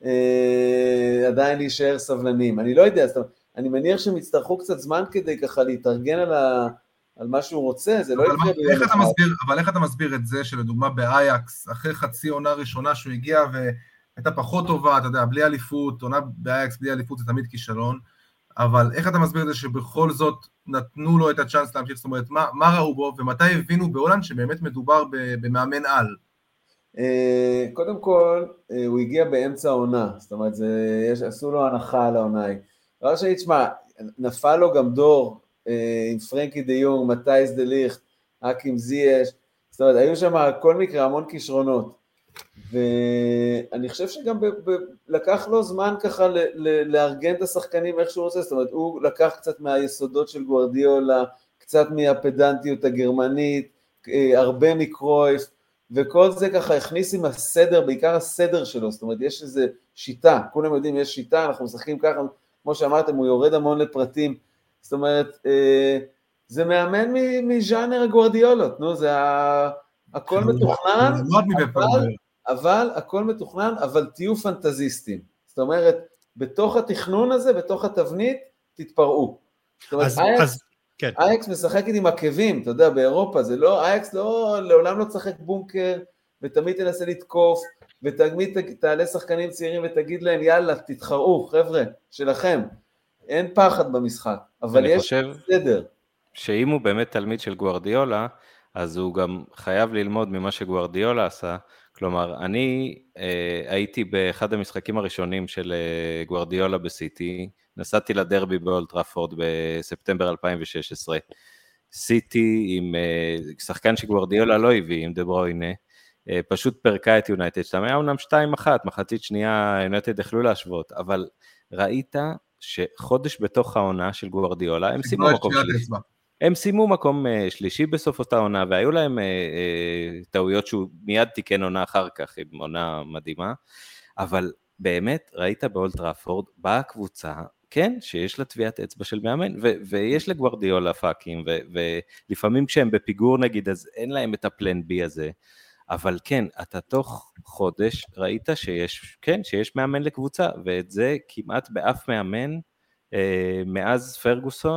עדיין להישאר סבלנים, אני לא יודע, אני מניח שהם יצטרכו קצת זמן כדי ככה להתארגן על מה שהוא רוצה, זה לא יקרה ביום אחד. אבל איך אתה מסביר את זה שלדוגמה באייקס, אחרי חצי עונה ראשונה שהוא הגיע והייתה פחות טובה, אתה יודע, בלי אליפות, עונה באייקס בלי אליפות זה תמיד כישלון, אבל איך אתה מסביר את זה שבכל זאת נתנו לו את הצ'אנס להמשיך, זאת אומרת, מה ראו בו, ומתי הבינו בהולנד שבאמת מדובר במאמן על? קודם כל, הוא הגיע באמצע העונה, זאת אומרת, עשו לו הנחה על העונה. דבר שני, תשמע, נפל לו גם דור, עם פרנקי דה יונג, מטייס דה ליכט, אקים זייש, זאת אומרת, היו שם כל מקרה המון כישרונות, ואני חושב שגם לקח לו זמן ככה לארגן את השחקנים איך שהוא רוצה, זאת אומרת, הוא לקח קצת מהיסודות של גוארדיולה, קצת מהפדנטיות הגרמנית, הרבה מקרויף, וכל זה ככה הכניס עם הסדר, בעיקר הסדר שלו, זאת אומרת, יש איזו שיטה, כולם יודעים, יש שיטה, אנחנו משחקים ככה, כמו שאמרתם, הוא יורד המון לפרטים, זאת אומרת, זה מאמן מז'אנר הגוארדיולות, נו, זה הכל מתוכנן, אבל הכל מתוכנן, אבל תהיו פנטזיסטים, זאת אומרת, בתוך התכנון הזה, בתוך התבנית, תתפרעו. זאת אומרת, אייקס משחקת עם עקבים, אתה יודע, באירופה, זה לא, אייקס לעולם לא צחק בונקר, ותמיד תנסה לתקוף, ותמיד תעלה שחקנים צעירים ותגיד להם, יאללה, תתחרו, חבר'ה, שלכם. אין פחד במשחק, אבל יש סדר. שאם הוא באמת תלמיד של גוארדיולה, אז הוא גם חייב ללמוד ממה שגוארדיולה עשה. כלומר, אני הייתי באחד המשחקים הראשונים של גוארדיולה בסיטי, נסעתי לדרבי באולד טראפורד בספטמבר 2016, סיטי עם שחקן שגוארדיולה לא הביא, עם דה ברוינה, פשוט פרקה את יונייטד, שם היה אומנם 2-1, מחצית שנייה יונייטד יכלו להשוות, אבל ראית שחודש בתוך העונה של גוארדיולה, הם סיימו מקום שלישי. הם סיימו מקום שלישי בסוף אותה עונה, והיו להם טעויות שהוא מיד תיקן עונה אחר כך, עם עונה מדהימה, אבל באמת ראית באולד טראפורד, באה קבוצה, כן, שיש לה טביעת אצבע של מאמן, ויש לגוארדיולה פאקים, ולפעמים כשהם בפיגור נגיד, אז אין להם את הפלן בי הזה, אבל כן, אתה תוך חודש ראית שיש מאמן לקבוצה, ואת זה כמעט באף מאמן, מאז פרגוסון,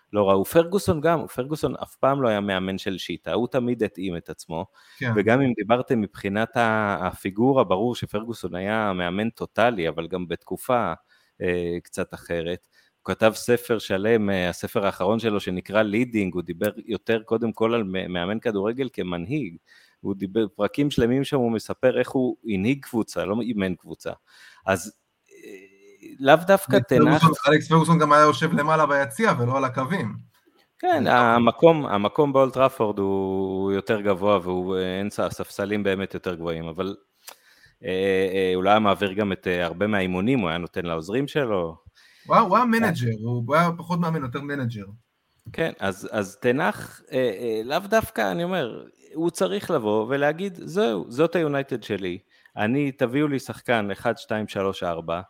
לא ראו. פרגוסון גם, פרגוסון אף פעם לא היה מאמן של שיטה, הוא תמיד התאים את עצמו, כן. וגם אם דיברתם מבחינת הפיגורה, ברור שפרגוסון היה מאמן טוטלי, אבל גם בתקופה קצת אחרת. הוא כתב ספר שלם, הספר האחרון שלו שנקרא לידינג, הוא דיבר יותר קודם כל על מאמן כדורגל כמנהיג, הוא דיבר פרקים שלמים שם, הוא מספר איך הוא הנהיג קבוצה, לא אימן קבוצה. אז לאו דווקא תנח... אלכס פרגוסון גם היה יושב למעלה ביציע ולא על הקווים. כן, המקום באולד טראפורד הוא יותר גבוה, ואין הספסלים באמת יותר גבוהים, אבל אולי היה מעביר גם את הרבה מהאימונים, הוא היה נותן לעוזרים שלו. הוא היה מנג'ר, הוא היה פחות מאמן, יותר מנג'ר. כן, אז תנח, לאו דווקא, אני אומר, הוא צריך לבוא ולהגיד, זהו, זאת היונייטד שלי, תביאו לי שחקן 1, 2, 3, 4,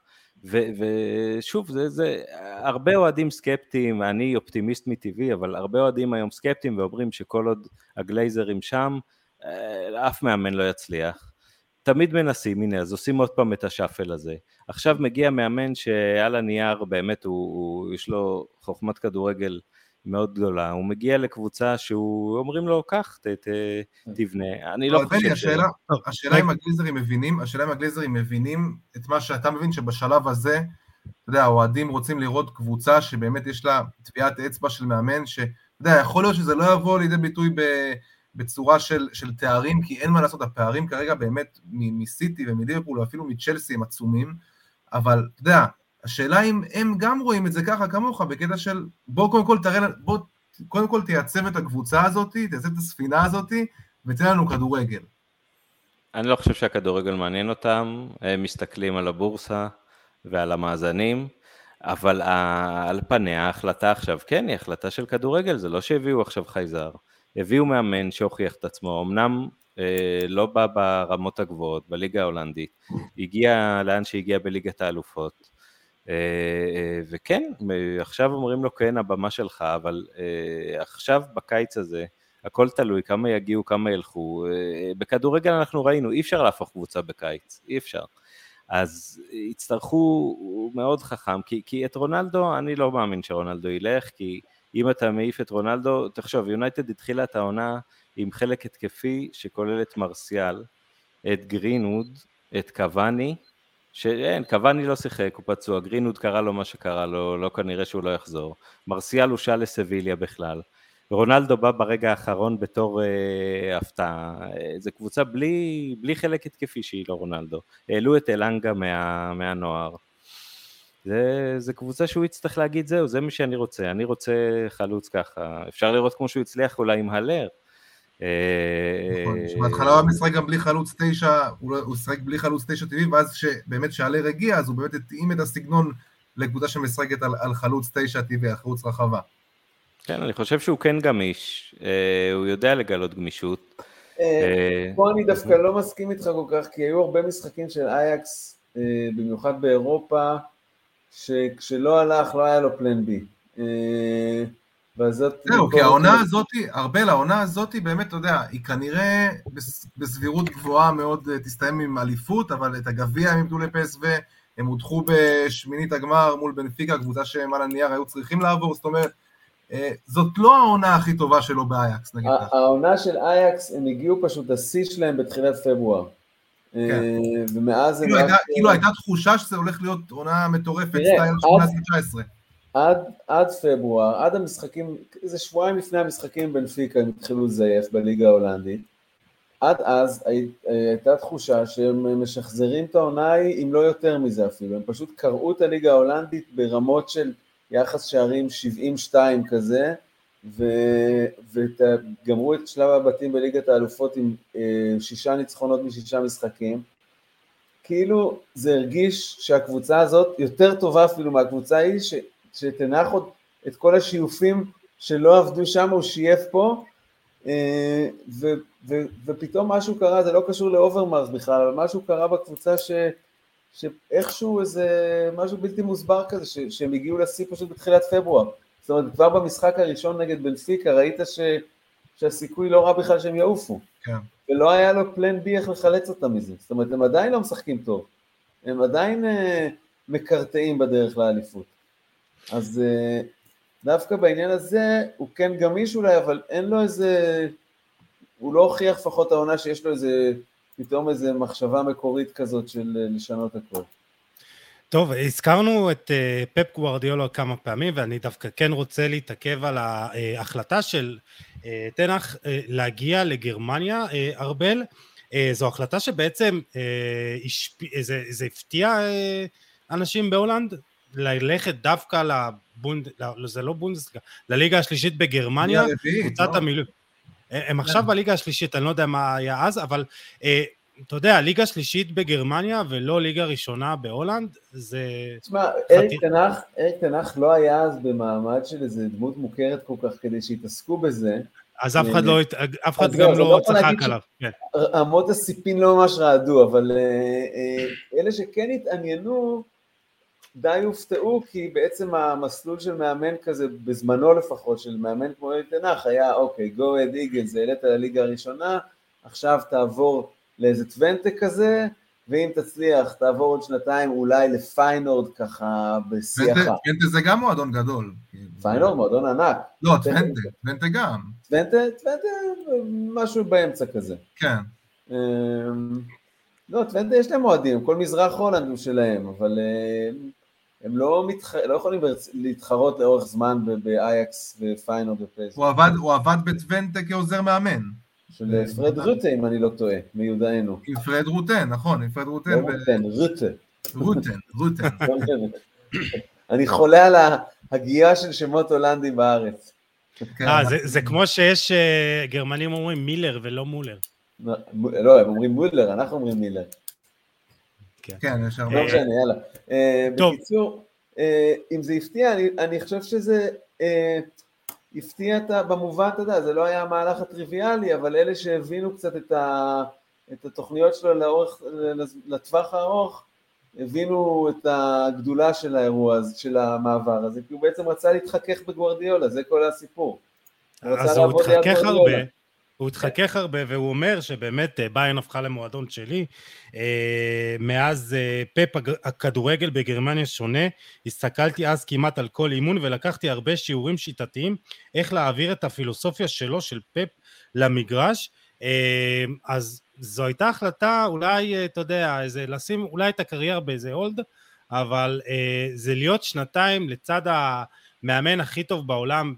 ושוב, זה הרבה אוהדים סקפטיים, אני אופטימיסט מטבעי, אבל הרבה אוהדים היום סקפטיים, ואומרים שכל עוד הגלייזרים שם, אף מאמן לא יצליח. תמיד מנסים, הנה, אז עושים עוד פעם את השאפל הזה. עכשיו מגיע מאמן שעל הנייר, באמת, יש לו חוכמת כדורגל מאוד גדולה, הוא מגיע לקבוצה שהוא אומרים לו, כך, תבנה. אני לא חושב השאלה אם הגליזרים מבינים את מה שאתה מבין, שבשלב הזה, אתה יודע, האוהדים רוצים לראות קבוצה שבאמת יש לה טביעת אצבע של מאמן, שאתה יודע, יכול להיות שזה לא יבוא לידי ביטוי בצורה של תארים, כי אין מה לעשות, הפערים כרגע באמת מסיטי ומליברפול, או אפילו מצ'לסי הם עצומים, אבל אתה יודע, השאלה אם הם גם רואים את זה ככה כמוך, בקטע של בוא קודם כל תייצב את הקבוצה הזאת, תייצב את הספינה הזאת, ותן לנו כדורגל. אני לא חושב שהכדורגל מעניין אותם, הם מסתכלים על הבורסה ועל המאזנים, אבל על פניה ההחלטה עכשיו, כן, היא החלטה של כדורגל, זה לא שהביאו עכשיו חייזר, הביאו מאמן שהוכיח את עצמו, אמנם לא בא ברמות הגבוהות, בליגה ההולנדית, הגיע לאן שהגיע בליגת האלופות, וכן, עכשיו אומרים לו כן, הבמה שלך, אבל עכשיו בקיץ הזה, הכל תלוי, כמה יגיעו, כמה ילכו, בכדורגל אנחנו ראינו, אי אפשר להפוך קבוצה בקיץ, אי אפשר, אז יצטרכו מאוד חכם, כי את רונלדו, אני לא מאמין שרונלדו ילך, כי אם אתה מעיף את רונלדו, תחשוב, יונייטד התחילה את העונה עם חלק התקפי שכולל את מרסיאל, את גרינווד, את קוואני, שאין, קוואני לא שיחק, הוא פצוע, גרינווד קרה לו מה שקרה לו, לא כנראה שהוא לא יחזור, מרסיאל הושל לסביליה בכלל, רונלדו בא ברגע האחרון בתור הפתעה, זו קבוצה בלי חלק התקפי שהיא לא רונלדו, העלו את אלנגה מהנוער, זה קבוצה שהוא יצטרך להגיד זהו, זה מי שאני רוצה, אני רוצה חלוץ ככה, אפשר לראות כמו שהוא הצליח אולי עם הלר. נכון, שבהתחלה הוא משחק גם בלי חלוץ 9, הוא שחק בלי חלוץ 9 טבעי, ואז שבאמת שהלר הגיע, אז הוא באמת התאים את הסגנון לקבוצה שמשחקת על חלוץ 9 טבעי, חלוץ רחבה. כן, אני חושב שהוא כן גמיש, הוא יודע לגלות גמישות. פה אני דווקא לא מסכים איתך כל כך, כי היו הרבה משחקים של אייקס, במיוחד באירופה, שכשלא הלך, לא היה לו פלן בי. זהו, כי העונה הזאת, ארבל, העונה הזאת באמת, אתה יודע, היא כנראה בסבירות גבוהה מאוד תסתיים עם אליפות, אבל את הגביע הם ימדו לפסו, הם הודחו בשמינית הגמר מול בנפיקה, קבוצה שהם על הנייר היו צריכים לעבור, זאת אומרת, זאת לא העונה הכי טובה שלו באייקס, נגיד. העונה של אייקס, הם הגיעו פשוט השיא שלהם בתחילת פברואר. ומאז כאילו הייתה תחושה שזה הולך להיות עונה מטורפת, סטייל 18-19. עד פברואר, עד המשחקים, איזה שבועיים לפני המשחקים בנפיקה, הם התחילו לזייף בליגה ההולנדית, עד אז הייתה תחושה שהם משחזרים את העונה, אם לא יותר מזה אפילו, הם פשוט קראו את הליגה ההולנדית ברמות של יחס שערים 72 כזה, וגמרו את שלב הבתים בליגת האלופות עם 6 ניצחונות מ6 משחקים, כאילו זה הרגיש שהקבוצה הזאת יותר טובה אפילו מהקבוצה היא, שתנח עוד את כל השיופים שלא עבדו שם, הוא שייף פה, ופתאום משהו קרה, זה לא קשור לאוברמרס בכלל, אבל משהו קרה בקבוצה שאיכשהו איזה משהו בלתי מוסבר כזה, שהם הגיעו לשיא פשוט בתחילת פברואר. זאת אומרת, כבר במשחק הראשון נגד בנפיקה, ראית שהסיכוי לא רע בכלל שהם יעופו. כן. ולא היה לו פלן בי איך לחלץ אותם מזה. זאת אומרת, הם עדיין לא משחקים טוב. הם עדיין מקרטעים בדרך לאליפות. אז דווקא בעניין הזה הוא כן גמיש אולי, אבל אין לו איזה, הוא לא הוכיח לפחות העונה שיש לו איזה, פתאום איזה מחשבה מקורית כזאת של לשנות הכל. טוב, הזכרנו את פפ גוארדיולה כמה פעמים, ואני דווקא כן רוצה להתעכב על ההחלטה של תנח להגיע לגרמניה, ארבל. זו החלטה שבעצם זה הפתיע אנשים בהולנד, ללכת דווקא זה לא בונדסליגה, לליגה השלישית בגרמניה, קבוצת המילואים. הם עכשיו בליגה השלישית, אני לא יודע מה היה אז, אבל אתה יודע, ליגה שלישית בגרמניה ולא ליגה ראשונה בהולנד, זה... תשמע, אריק תנח לא היה אז במעמד של איזה דמות מוכרת כל כך כדי שיתעסקו בזה. אז אף אחד גם לא צחק עליו. אמות הסיפין לא ממש רעדו, אבל אלה שכן התעניינו, די הופתעו, כי בעצם המסלול של מאמן כזה, בזמנו לפחות, של מאמן כמו אריק תנח, היה אוקיי, go ahead Eagles, זה העלית לליגה הראשונה, עכשיו תעבור לאיזה טוונטה כזה, ואם תצליח, תעבור עוד שנתיים אולי לפיינורד ככה בשיחה. טוונטה זה גם מועדון גדול. פיינורד, מועדון ענק. לא, טוונטה גם. טוונטה, משהו באמצע כזה. כן. לא, טוונטה יש להם מועדים, כל מזרח הולנד הוא שלהם, אבל הם לא יכולים להתחרות לאורך זמן באייקס ופיינורד ופייס. הוא עבד בטוונטה כעוזר מאמן. של פרד רוטה, אם אני לא טועה, מיודענו. עם פרד רוטה, נכון, עם פרד רוטה. רוטה. אני חולה על ההגיעה של שמות הולנדים בארץ. זה כמו שיש גרמנים אומרים מילר ולא מולר. לא, הם אומרים מולר, אנחנו אומרים מילר. כן, יש הרבה. לא משנה, יאללה. בקיצור, אם זה הפתיע, אני חושב שזה... הפתיע במובן, אתה יודע, זה לא היה המהלך הטריוויאלי, אבל אלה שהבינו קצת את התוכניות שלו לטווח הארוך, הבינו את הגדולה של האירוע הזה, של המעבר הזה, כי הוא בעצם רצה להתחכך בגוארדיולה, זה כל הסיפור. אז הוא התחכך הרבה, והוא אומר שבאמת ביירן הפכה למועדון שלי, מאז פפ הכדורגל בגרמניה שונה, הסתכלתי אז כמעט על כל אימון, ולקחתי הרבה שיעורים שיטתיים, איך להעביר את הפילוסופיה שלו, של פפ, למגרש, אז זו הייתה החלטה, אולי, אתה יודע, לשים אולי את הקריירה באיזה הולד, אבל זה להיות שנתיים לצד המאמן הכי טוב בעולם,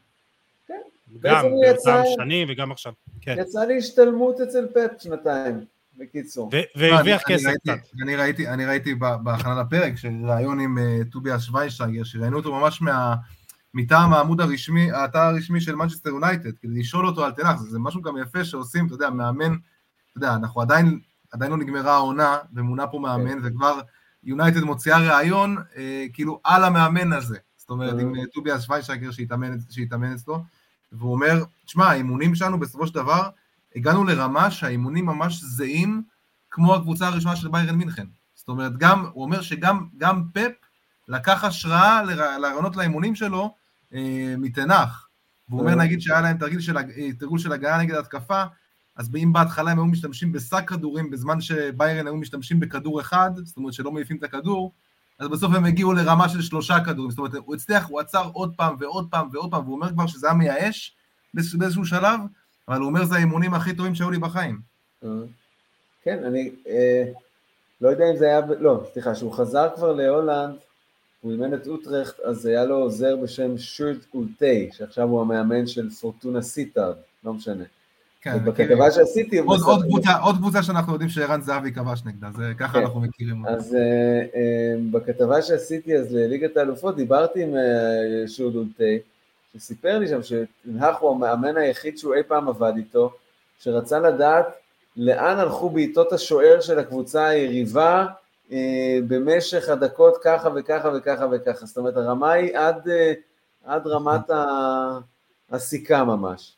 גם באותם שנים וגם עכשיו. יצא לי השתלמות אצל פפ שנתיים, בקיצור. והרוויח כסף קצת. אני ראיתי בהכנה לפרק, שראיון עם טוביאס שוויינסטייגר, שראינו אותו ממש מטעם העמוד הרשמי, האתר הרשמי של מנצ'סטר יונייטד, כדי לשאול אותו על תנח, זה משהו גם יפה שעושים, אתה יודע, מאמן, אתה יודע, אנחנו עדיין לא נגמרה העונה, ומונה פה מאמן, וכבר יונייטד מוציאה ראיון, כאילו על המאמן הזה, זאת אומרת, עם טוביאס שוויינסטייגר שהתאמן אצלו, והוא אומר, תשמע, האימונים שלנו בסופו של דבר, הגענו לרמה שהאימונים ממש זהים, כמו הקבוצה הראשונה של ביירן מינכן. זאת אומרת, הוא אומר שגם פפ לקח השראה לרעיונות לאימונים שלו מתנח. והוא אומר, נגיד שהיה להם תרגול של הגעה נגד התקפה, אז אם בהתחלה הם היו משתמשים בשק כדורים, בזמן שביירן היו משתמשים בכדור אחד, זאת אומרת שלא מעיפים את הכדור, אז בסוף הם הגיעו לרמה של 3 כדורים, זאת אומרת, הוא הצליח, הוא עצר עוד פעם ועוד פעם ועוד פעם, והוא אומר כבר שזה היה מייאש באיזשהו שלב, אבל הוא אומר, זה האימונים הכי טובים שהיו לי בחיים. כן, אני לא יודע אם זה היה, לא, סליחה, שהוא חזר כבר להולנד, הוא אימן את אוטרחט, אז היה לו עוזר בשם שורט אולטי, שעכשיו הוא המאמן של פורטונה סיטארד, לא משנה. בכתבה שעשיתי... עוד קבוצה שאנחנו יודעים שערן זהבי כבש נגדה, זה ככה אנחנו מכירים. אז בכתבה שעשיתי אז לליגת האלופות, דיברתי עם שורט אולטי, שסיפר לי שם שתנח הוא המאמן היחיד שהוא אי פעם עבד איתו, שרצה לדעת לאן הלכו בעיטות השוער של הקבוצה היריבה, במשך הדקות ככה וככה וככה וככה, זאת אומרת הרמה היא עד רמת הסיכה ממש.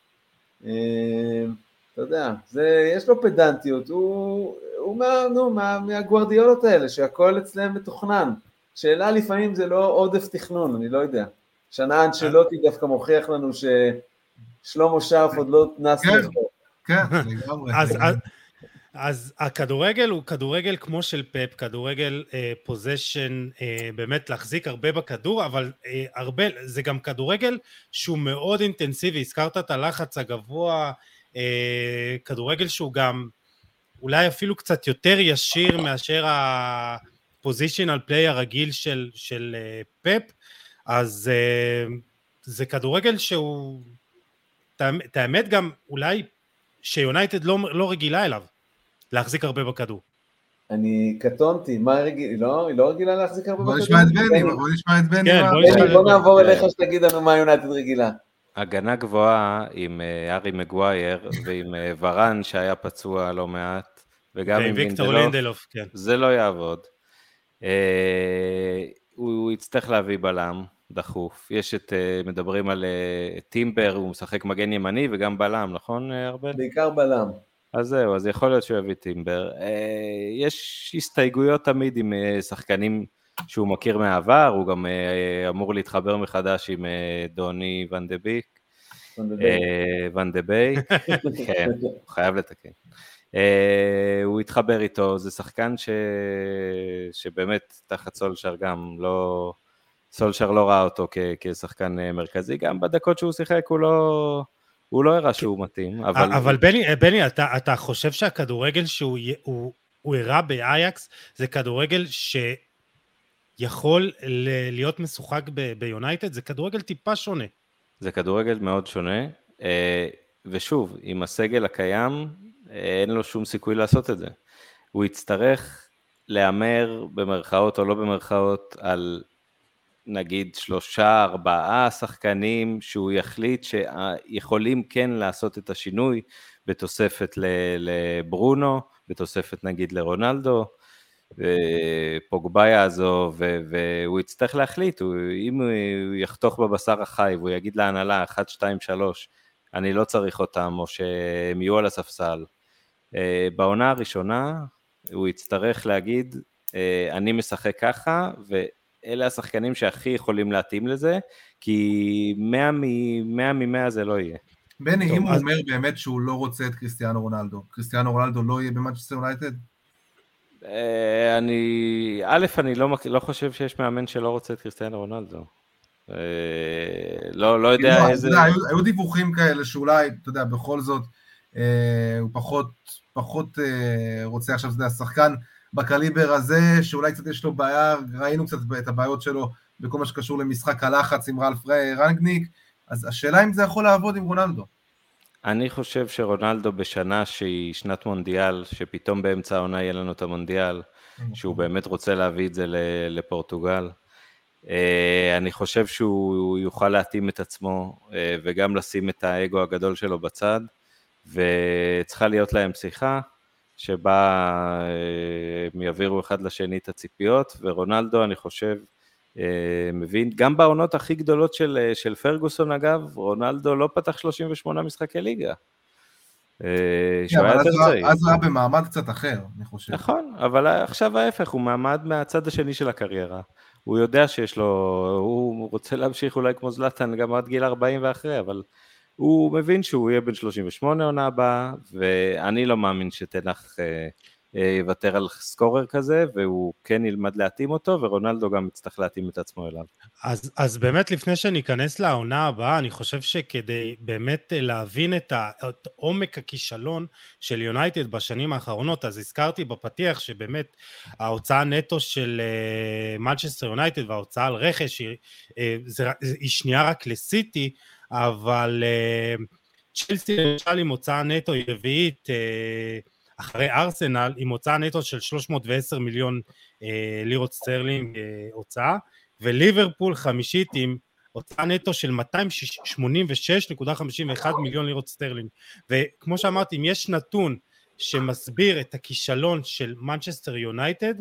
אתה יודע, יש לו פדנטיות, הוא מהגוארדיולות האלה, שהכל אצלם מתוכנן. שאלה לפעמים זה לא עודף תכנון, אני לא יודע. שנה אנצ'לוטי דווקא מוכיח לנו ששלמה שרף עוד לא נס לחוק. כן, לגמרי. אז הכדורגל הוא כדורגל כמו של פפ, כדורגל פוזיישן, באמת להחזיק הרבה בכדור, אבל הרבה, זה גם כדורגל שהוא מאוד אינטנסיבי, הזכרת את הלחץ הגבוה, כדורגל שהוא גם אולי אפילו קצת יותר ישיר מאשר הפוזישיונל פליי הרגיל של פפ, אז זה כדורגל שהוא, את האמת גם אולי שיונייטד לא רגילה אליו, להחזיק הרבה בכדור. אני קטונתי, מה היא לא רגילה להחזיק הרבה בכדור? בוא נשמע את בני. בוא נעבור אליך שתגיד לנו מה יונייטד רגילה. הגנה גבוהה עם ארי מגווייר ועם ורן שהיה פצוע לא מעט, וגם עם לינדלוף, כן. זה לא יעבוד. הוא יצטרך להביא בלם דחוף. מדברים על טימבר, הוא משחק מגן ימני וגם בלם, נכון ארבל? בעיקר בלם. אז זהו, אז יכול להיות שהוא יביא טימבר. יש הסתייגויות תמיד עם שחקנים שהוא מכיר מהעבר, הוא גם אמור להתחבר מחדש עם דוני ון דה ביק. ון דה בייק, כן, הוא חייב לתקן. הוא התחבר איתו, זה שחקן שבאמת תחת סולשר גם לא, סולשר לא ראה אותו כשחקן מרכזי, גם בדקות שהוא שיחק הוא לא הראה שהוא מתאים. אבל בני, אתה חושב שהכדורגל שהוא הראה באייקס, זה כדורגל שיכול להיות משוחק ביונייטד? זה כדורגל טיפה שונה. זה כדורגל מאוד שונה, ושוב, עם הסגל הקיים, אין לו שום סיכוי לעשות את זה. הוא יצטרך לאמר במרכאות או לא במרכאות על נגיד 3-4 שחקנים שהוא יחליט שיכולים כן לעשות את השינוי בתוספת לברונו, בתוספת נגיד לרונלדו, פוגבה יעזוב, והוא יצטרך להחליט, אם הוא יחתוך בבשר החי והוא יגיד להנהלה 1, 2, 3, אני לא צריך אותם או שהם יהיו על הספסל, בעונה הראשונה הוא יצטרך להגיד אני משחק ככה, ואלה השחקנים שהכי יכולים להתאים לזה, כי 100 מ-100 זה לא יהיה. בני, אם הוא אומר באמת שהוא לא רוצה את קריסטיאנו רונלדו, קריסטיאנו רונלדו לא יהיה במנצ'סטר יונייטד? אני לא חושב שיש מאמן שלא רוצה את קריסטיאנו רונלדו. לא יודע איזה... היו דיווחים כאלה שאולי, אתה יודע, בכל זאת, הוא פחות רוצה עכשיו, זה השחקן בקליבר הזה, שאולי קצת יש לו בעיה, ראינו קצת את הבעיות שלו בכל מה שקשור למשחק הלחץ עם רלף רנגניק, אז השאלה אם זה יכול לעבוד עם רונלדו. אני חושב שרונלדו בשנה שהיא שנת מונדיאל, שפתאום באמצע העונה יהיה לנו את המונדיאל, שהוא באמת רוצה להביא את זה לפורטוגל, אני חושב שהוא יוכל להתאים את עצמו, וגם לשים את האגו הגדול שלו בצד, וצריכה להיות להם שיחה, שבה הם יעבירו אחד לשני את הציפיות, ורונלדו אני חושב, מבין, גם בעונות הכי גדולות של פרגוסון אגב, רונלדו לא פתח 38 משחקי ליגה. אז הוא היה במעמד קצת אחר, אני חושב. נכון, אבל עכשיו ההפך, הוא מעמד מהצד השני של הקריירה. הוא יודע שיש לו, הוא רוצה להמשיך אולי כמו זלאטן גם עד גיל 40 ואחרי, אבל הוא מבין שהוא יהיה בן 38 עונה הבאה, ואני לא מאמין שתנח יוותר על סקורר כזה, והוא כן ילמד להתאים אותו, ורונלדו גם יצטרך להתאים את עצמו אליו. אז באמת לפני שניכנס לעונה הבאה, אני חושב שכדי באמת להבין את עומק הכישלון של יונייטד בשנים האחרונות, אז הזכרתי בפתיח שבאמת ההוצאה נטו של מנצ'סטר יונייטד, וההוצאה על רכש היא שנייה רק לסיטי, אבל צ'לסי למשל עם הוצאה נטו היא רביעית, אחרי ארסנל, עם הוצאה נטו של 310 מיליון לירות סטרלינג הוצאה, וליברפול חמישית עם הוצאה נטו של 286.51 מיליון לירות סטרלינג. וכמו שאמרתי, אם יש נתון שמסביר את הכישלון של מנצ'סטר יונייטד,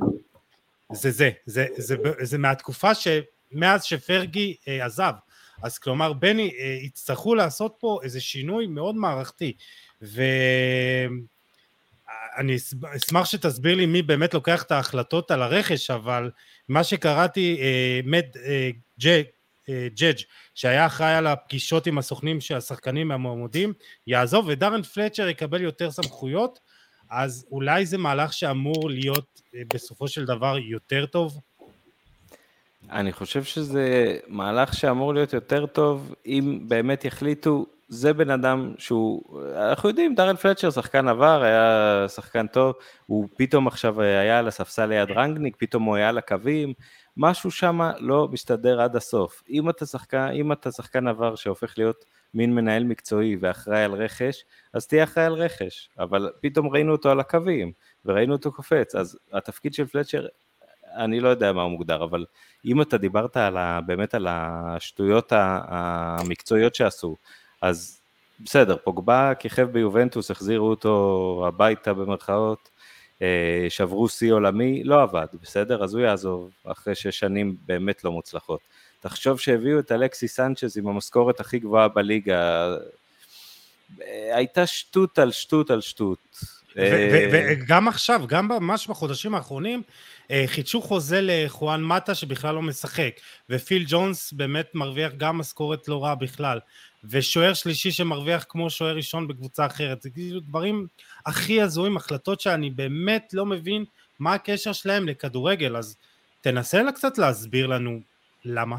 זה מהתקופה שמאז שפרגי עזב. אז כלומר, בני, יצטרכו לעשות פה איזה שינוי מאוד מערכתי, אני אשמח שתסביר לי מי באמת לוקח את ההחלטות על הרכש, אבל מה שקראתי, ג'אג' שהיה אחראי על הפגישות עם הסוכנים של השחקנים המועמדים, יעזוב, ודרן פלצ'ר יקבל יותר סמכויות, אז אולי זה מהלך שאמור להיות בסופו של דבר יותר טוב? אני חושב שזה מהלך שאמור להיות יותר טוב, אם באמת יחליטו, זה בן אדם שהוא, אנחנו יודעים, דארל פלצ'ר, שחקן עבר, היה שחקן טוב, הוא פתאום עכשיו היה על הספסל ליד רנגניק, פתאום הוא היה על הקווים, משהו שם לא מסתדר עד הסוף. אם אתה שחקן עבר שהופך להיות מין מנהל מקצועי ואחראי על רכש, אז תהיה אחראי על רכש, אבל פתאום ראינו אותו על הקווים, וראינו אותו קופץ, אז התפקיד של פלצ'ר, אני לא יודע מה הוא מוגדר, אבל אם אתה דיברת באמת על השטויות המקצועיות שעשו, אז בסדר, פוגבה כיכב ביובנטוס, החזירו אותו הביתה במרכאות, שברו שיא עולמי, לא עבד, בסדר? אז הוא יעזוב אחרי 6 שנים באמת לא מוצלחות. תחשוב שהביאו את אלכסי סנצ'ז עם המשכורת הכי גבוהה בליגה, הייתה שטות על שטות על שטות. וגם עכשיו, גם ממש בחודשים האחרונים, חידשו חוזה לחואן מטה שבכלל לא משחק, ופיל ג'ונס באמת מרוויח גם משכורת לא רע בכלל, ושוער שלישי שמרוויח כמו שוער ראשון בקבוצה אחרת, זה כאילו דברים הכי הזויים, החלטות שאני באמת לא מבין מה הקשר שלהם לכדורגל, אז תנסה קצת להסביר לנו למה.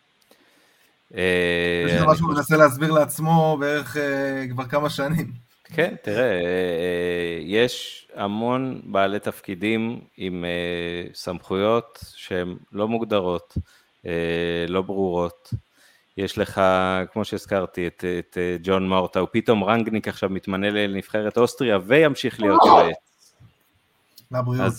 יש דבר שהוא מנסה להסביר לעצמו בערך כבר כמה שנים. כן, תראה, יש המון בעלי תפקידים עם סמכויות שהן לא מוגדרות, לא ברורות. יש לך, כמו שהזכרתי, את ג'ון מורטה, הוא פתאום רנגניק עכשיו מתמנה לנבחרת אוסטריה, וימשיך להיות יועץ. לבריאות.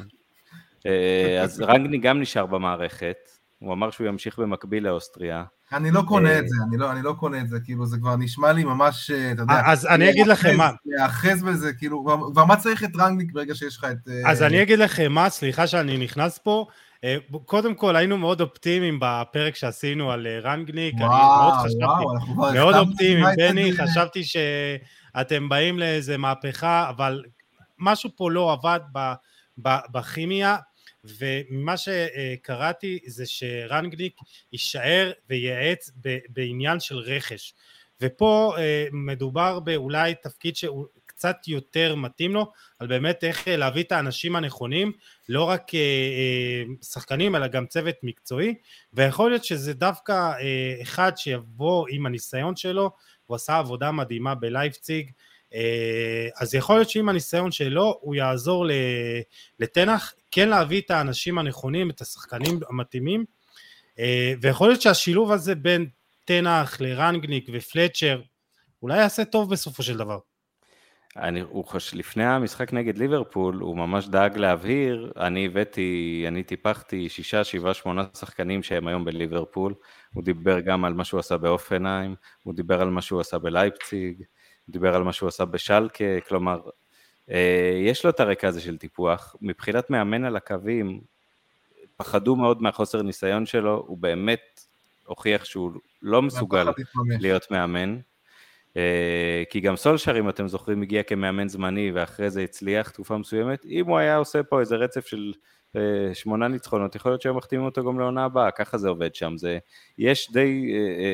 אז רנגניק גם נשאר במערכת, הוא אמר שהוא ימשיך במקביל לאוסטריה. אני לא קונה את זה, אני לא קונה את זה, כאילו זה כבר נשמע לי ממש, אתה יודע. אז אני אגיד לכם מה. להאחז בזה, כאילו, כבר מה צריך את רנגניק ברגע שיש לך את... אז אני אגיד לכם מה, סליחה שאני נכנס פה, קודם כל היינו מאוד אופטימיים בפרק שעשינו על רנגניק, אני מאוד חשבתי, מאוד אופטימיים, בני, חשבתי שאתם באים לאיזה מהפכה, אבל משהו פה לא עבד בכימיה, ומה שקראתי זה שרנגניק יישאר וייעץ בעניין של רכש, ופה מדובר באולי תפקיד שהוא קצת יותר מתאים לו, על באמת איך להביא את האנשים הנכונים, לא רק שחקנים אלא גם צוות מקצועי, ויכול להיות שזה דווקא אחד שיבוא עם הניסיון שלו, הוא עשה עבודה מדהימה בלייפציג, אז יכול להיות שעם הניסיון שלו הוא יעזור לתנח כן להביא את האנשים הנכונים, את השחקנים המתאימים, ויכול להיות שהשילוב הזה בין תנח לרנגניק ופלצ'ר אולי יעשה טוב בסופו של דבר. לפני המשחק נגד ליברפול הוא ממש דאג להבהיר, אני טיפחתי 6, 7, 8 שחקנים שהם היום בליברפול, הוא דיבר גם על מה שהוא עשה באופנהיים, הוא דיבר על מה שהוא עשה בלייפציג, דיבר על מה שהוא עשה בשלקה, כלומר, יש לו את הרקע הזה של טיפוח, מבחינת מאמן על הקווים, פחדו מאוד מהחוסר ניסיון שלו, הוא באמת הוכיח שהוא לא מסוגל להיות מאמן, כי גם סולשר, אם אתם זוכרים, הגיע כמאמן זמני, ואחרי זה הצליח תקופה מסוימת, אם הוא היה עושה פה איזה רצף של 8 ניצחונות, יכול להיות שהם מחתימים אותו גם לעונה הבאה, ככה זה עובד שם, יש די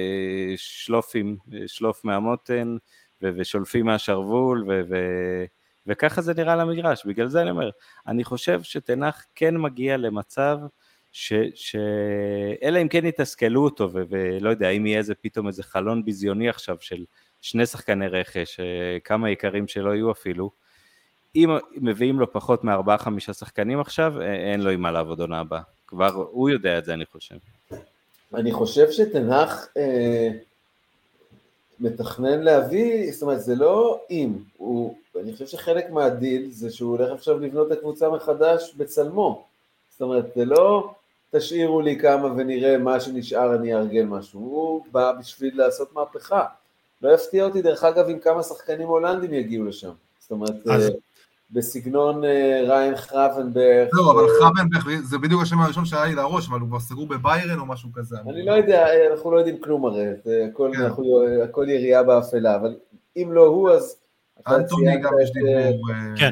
שלוף מהמותן, ושולפים מהשרוול, וככה זה נראה למגרש, בגלל זה אני אומר, אני חושב שתנח כן מגיע למצב, אלא אם כן יתסכלו אותו, ולא יודע, אם יהיה פתאום איזה חלון ביזיוני עכשיו, של 2 שחקני רכש, כמה יקרים שלא יהיו אפילו, אם מביאים לו פחות מ4-5 שחקנים עכשיו, אין לו עם מה לעבוד עונה הבאה, כבר הוא יודע את זה אני חושב. אני חושב שתנח מתכנן להביא, זאת אומרת זה לא אם, אני חושב שחלק מהדיל זה שהוא הולך עכשיו לבנות את הקבוצה מחדש בצלמו, זאת אומרת זה לא תשאירו לי כמה ונראה מה שנשאר אני ארגל משהו, הוא בא בשביל לעשות מהפכה, לא יפתיע אותי דרך אגב עם כמה שחקנים הולנדים יגיעו לשם, זאת אומרת בסגנון ריין חרבנברג. לא, אבל חרבנברג זה בדיוק השם הראשון שהיה לי לראש, אבל הוא כבר סגור בביירן או משהו כזה. אני לא יודע, אנחנו לא יודעים כלום הרי, הכל יריעה באפלה, אבל אם לא הוא אז... אנטוני גם יש דיבור... כן.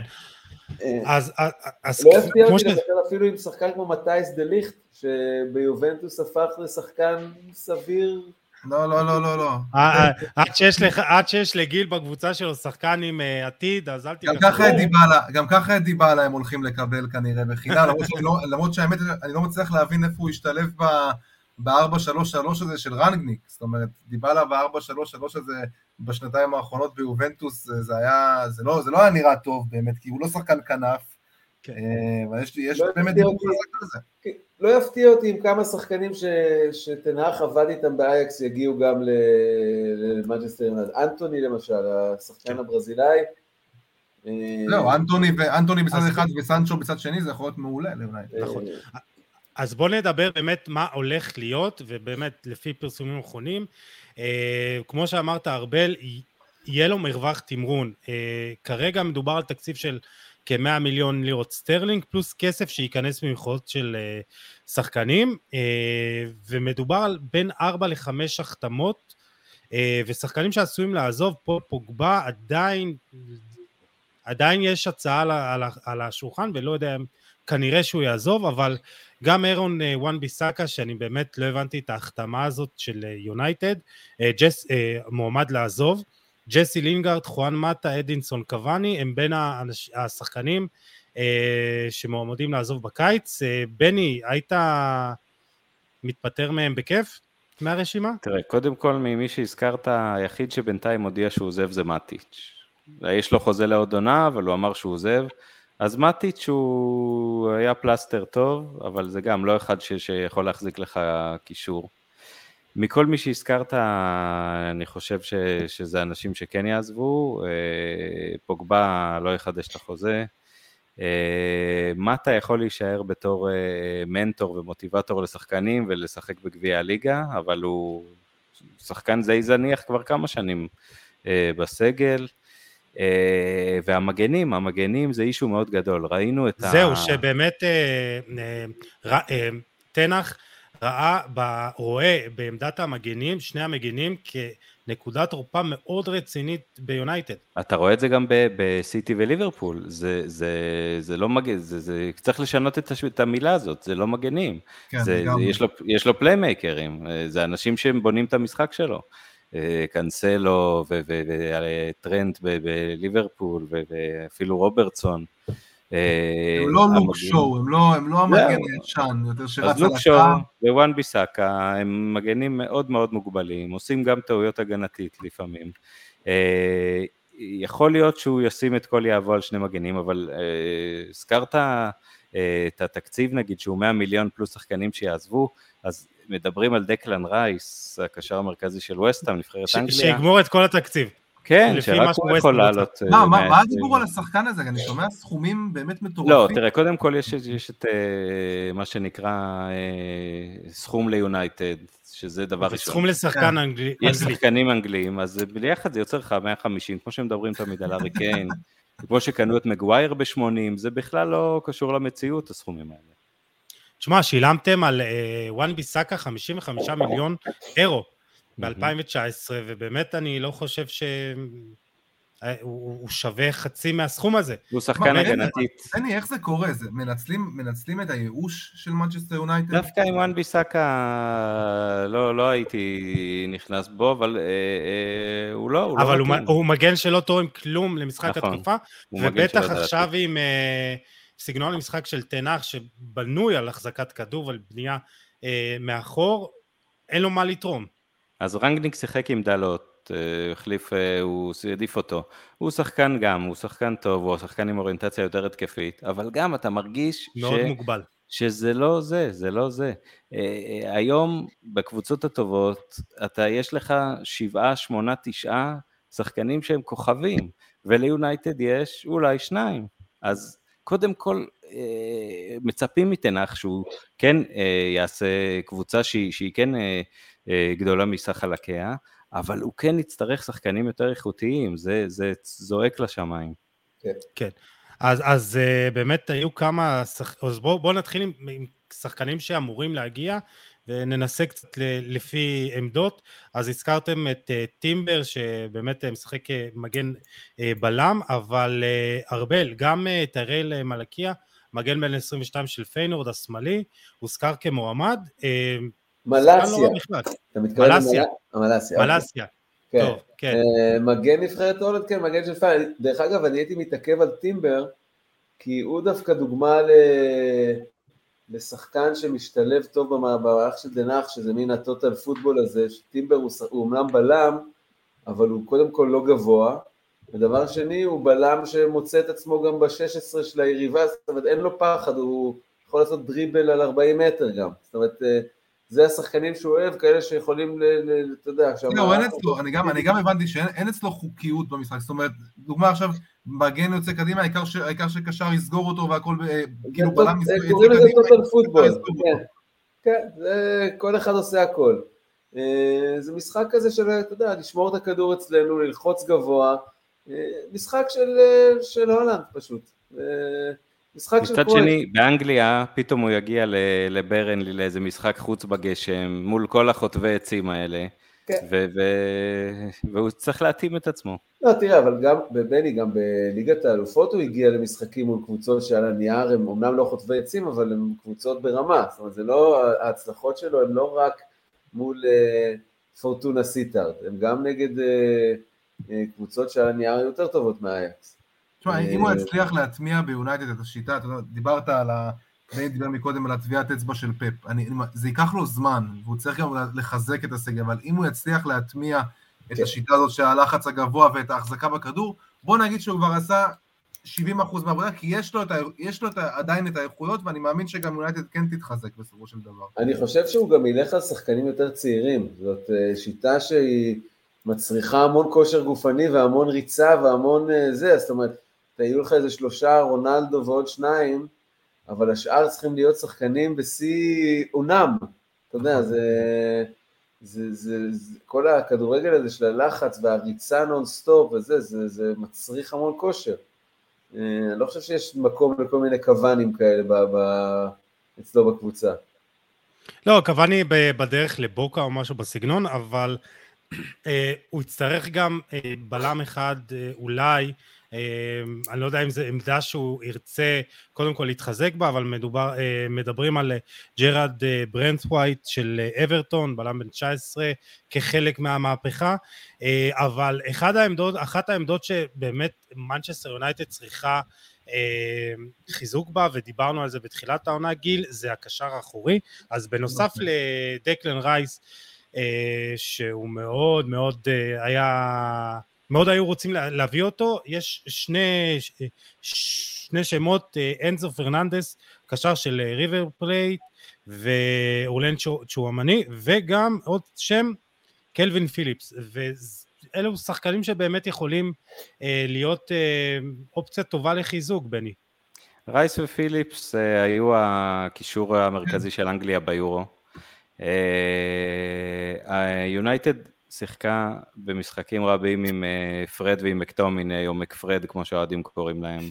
לא יפתיע אותי אפילו עם שחקן כמו מתייס דה ליכט, שביובנטוס הפך לשחקן סביר לא. עד שיש לגיל בקבוצה שלו שחקן עם עתיד, אז אל תיקחו. גם ככה את דיבאלה הם הולכים לקבל כנראה בחינה, למרות שהאמת אני לא מצליח להבין איפה הוא ישתלב ב-4-3-3 הזה של רנגניק, זאת אומרת, דיבאלה ב-4-3-3 הזה בשנתיים האחרונות ביובנטוס, זה לא היה נראה טוב באמת, כי הוא לא שחקן כנף, אבל יש באמת דיבור חזק על זה. לא יפתיע אותי עם כמה שחקנים שתנח עבד איתם באייקס יגיעו גם למנצ'סטר יונייטד. אנטוני למשל, השחקן הברזילאי. לא, אנטוני בצד אחד וסנצ'ו בצד שני, זה יכול להיות מעולה ליונייטד. נכון. אז בואו נדבר באמת מה הולך להיות, ובאמת לפי פרסומים נכונים, כמו שאמרת ארבל, יהיה לו מרווח תמרון. כרגע מדובר על תקציב של כ-100 מיליון לירות סטרלינג, פלוס כסף שייכנס ממכירות של שחקנים, ומדובר על בין 4 ל-5 החתמות, ושחקנים שעשויים לעזוב, פה פוגבה עדיין יש הצעה על השולחן, ולא יודע, כנראה שהוא יעזוב, אבל גם אירון וואן ביסאקה, שאני באמת לא הבנתי את ההחתמה הזאת של יונייטד, מועמד לעזוב, ג'סי לינגארד, חואן מטה, אדינסון קוואני, הם בין השחקנים שמועמדים לעזוב בקיץ. בני, היית מתפטר מהם בכיף מהרשימה? תראה, קודם כל ממי שהזכרת, היחיד שבינתיים הודיע שהוא עוזב זה מטיץ'. יש לו חוזה לעוד עונה, אבל הוא אמר שהוא עוזב, אז מטיץ' הוא היה פלסטר טוב, אבל זה גם לא אחד שיכול להחזיק לך קישור. מכל מי שהזכרת, אני חושב שזה אנשים שכן יעזבו, פוגבה לא יחדש את החוזה, מטה יכול להישאר בתור מנטור ומוטיבטור לשחקנים ולשחק בגביע הליגה, אבל הוא שחקן די זניח כבר כמה שנים בסגל, והמגנים זה אישו מאוד גדול, ראינו את זהו, שבאמת תנח רואה בעמדת המגנים, שני המגנים כנקודת תורפה מאוד רצינית ביונייטד. אתה רואה את זה גם בסיטי וליברפול, זה לא מגן, צריך לשנות את המילה הזאת, זה לא מגנים, יש לו פליימייקרים, זה אנשים שהם בונים את המשחק שלו, קנסלו וטרנט בליברפול ואפילו רוברטסון. הם לא לוק שואו, הם לא המגן הישן, יותר שרץ על הקו. אז לוק שואו ווואן ביסאקה הם מגנים מאוד מאוד מוגבלים, עושים גם טעויות הגנתית לפעמים. יכול להיות שהוא ישים את כל יעבו על שני מגנים, אבל הזכרת את התקציב נגיד שהוא 100 מיליון פלוס שחקנים שיעזבו, אז מדברים על דקלן רייס, הקשר המרכזי של ווסטהאם, נבחרת אנגליה. שיגמור את כל התקציב. כן, שרק הוא יכול לעלות. מה הדיבור על השחקן הזה? אני שומע סכומים באמת מטורפים. לא, תראה, קודם כל יש את מה שנקרא סכום ליונייטד, שזה דבר ראשון. סכום לשחקן אנגלי. יש שחקנים אנגליים, אז ביחד זה יוצר לך 150, כמו שמדברים תמיד על הארי קיין, כמו שקנו את מגווייר ב-80, זה בכלל לא קשור למציאות, הסכומים האלה. תשמע, שילמתם על וואן ביסאקה 55 מיליון אירו ב-2019, ובאמת אני לא חושב שהוא שווה חצי מהסכום הזה. הוא שחקן הגנתית. אני, איך זה קורה? מנצלים את הייאוש של מנצ'סטר יונייטד? דווקא עם וואן ביסאקה לא הייתי נכנס בו, אבל הוא לא. אבל הוא מגן שלא תורם כלום למשחק התקופה, ובטח עכשיו עם סגנון המשחק של תנח שבנוי על החזקת כדור ועל בנייה מאחור, אין לו מה לתרום. אז רנגניק שיחק עם דלות, הוא העדיף אותו. הוא שחקן גם, הוא שחקן טוב, הוא שחקן עם אוריינטציה יותר התקפית, אבל גם אתה מרגיש מאוד מוגבל. שזה לא זה לא זה. היום בקבוצות הטובות, יש לך 7, 8, 9 שחקנים שהם כוכבים, וליונייטד יש אולי 2. אז קודם כל מצפים מתנח שהוא כן יעשה קבוצה שהיא כן גדולה מסך חלקיה, אבל הוא כן יצטרך שחקנים יותר איכותיים, זה זועק לשמיים. כן. אז באמת היו כמה, אז בואו נתחיל עם שחקנים שאמורים להגיע, וננסה קצת לפי עמדות. אז הזכרתם את טימבר, שבאמת משחק מגן בלם, אבל ארבל, גם תרל מלכיה, מגן בין 22 של פיינורד השמאלי, הוזכר כמועמד. מלאסיה. אתה מתכוון מלאסיה. מלאסיה. טוב, כן. מגן נבחרת הולנד, כן, מגן של פיינל. דרך אגב, אני הייתי מתעכב על טימבר, כי הוא דווקא דוגמה לשחקן שמשתלב טוב במערך של דנח, שזה מין הטוטל פוטבול הזה, שטימבר הוא אומנם בלם, אבל הוא קודם כל לא גבוה, ודבר שני, הוא בלם שמוצא את עצמו גם ב-16 של היריבה, זאת אומרת, אין לו פחד, הוא יכול לעשות דריבל על 40 מטר גם, זאת אומרת, זה השחקנים שהוא אוהב, כאלה שיכולים, אתה יודע, אני גם הבנתי שאין אצלו חוקיות במשחק, זאת אומרת, דוגמה עכשיו, מגן יוצא קדימה, העיקר שקשר יסגור אותו והכל, כאילו בלם קוראים לזה טוטל פוטבול, כן, כל אחד עושה הכל. זה משחק כזה של, אתה יודע, לשמור את הכדור אצלנו, ללחוץ גבוה, משחק של הולנד פשוט. מצד שני, באנגליה פתאום הוא יגיע לברנלי לאיזה משחק חוץ בגשם, מול כל החוטבי עצים האלה, והוא צריך להתאים את עצמו. לא, תראה, אבל גם בבני, גם בליגת האלופות הוא הגיע למשחקים מול קבוצות שעל הנייר, הם אומנם לא חוטבי עצים, אבל הם קבוצות ברמה, זאת אומרת, זה לא, ההצלחות שלו הן לא רק מול פורטונה סיטארד, הם גם נגד קבוצות שעל הנייר יותר טובות מהאייקס. תשמע, אם הוא יצליח להטמיע ביונייטד את השיטה, אתה יודע, דיברת על דיבר מקודם על הטביעת אצבע של פפ, זה ייקח לו זמן, והוא צריך גם לחזק את הסגל, אבל אם הוא יצליח להטמיע את השיטה הזאת של הלחץ הגבוה ואת ההחזקה בכדור, בוא נגיד שהוא כבר עשה 70% מהעבודה, כי יש לו עדיין את האיכויות, ואני מאמין שגם יונייטד כן תתחזק בסופו של דבר. אני חושב שהוא גם ילך על שחקנים יותר צעירים, זאת שיטה שהיא מצריכה המון כושר גופני והמון ריצה והמון זה, זאת אומרת, תהיו לך איזה 3, רונלדו ועוד 2, אבל השאר צריכים להיות שחקנים בשיא עונם, אתה יודע, זה כל הכדורגל הזה של הלחץ והריצה נון-סטופ וזה, זה מצריך המון כושר. אני לא חושב שיש מקום לכל מיני קוונים כאלה אצלו בקבוצה. לא, קוואני בדרך לבוקה או משהו בסגנון, אבל הוא יצטרך גם בלם אחד אולי, אני לא יודע אם זה עמדה שהוא ירצה קודם כל להתחזק בה, אבל מדברים על ג'רארד ברנת'ווייט של אברטון, בלם בן 19, כחלק מהמהפכה, אבל אחת העמדות שבאמת מנצ'סטר יונייטד צריכה חיזוק בה, ודיברנו על זה בתחילת העונה גיל, זה הקשר האחורי, אז בנוסף לדקלן רייס, שהוא מאוד מאוד מאוד היו רוצים להביא אותו, יש שני שמות, אנזו פרננדס, קשר של ריבר פלייט, ואורלן צ'ואמני, וגם עוד שם, קלווין פיליפס, ואלו שחקנים שבאמת יכולים להיות אופציה טובה לחיזוק, בני. רייס ופיליפס היו הקישור המרכזי של אנגליה ביורו. יונייטד שיחקה במשחקים רבים עם פרד ועם מקטומיני, או מקפרד, כמו שהאוהדים קוראים להם.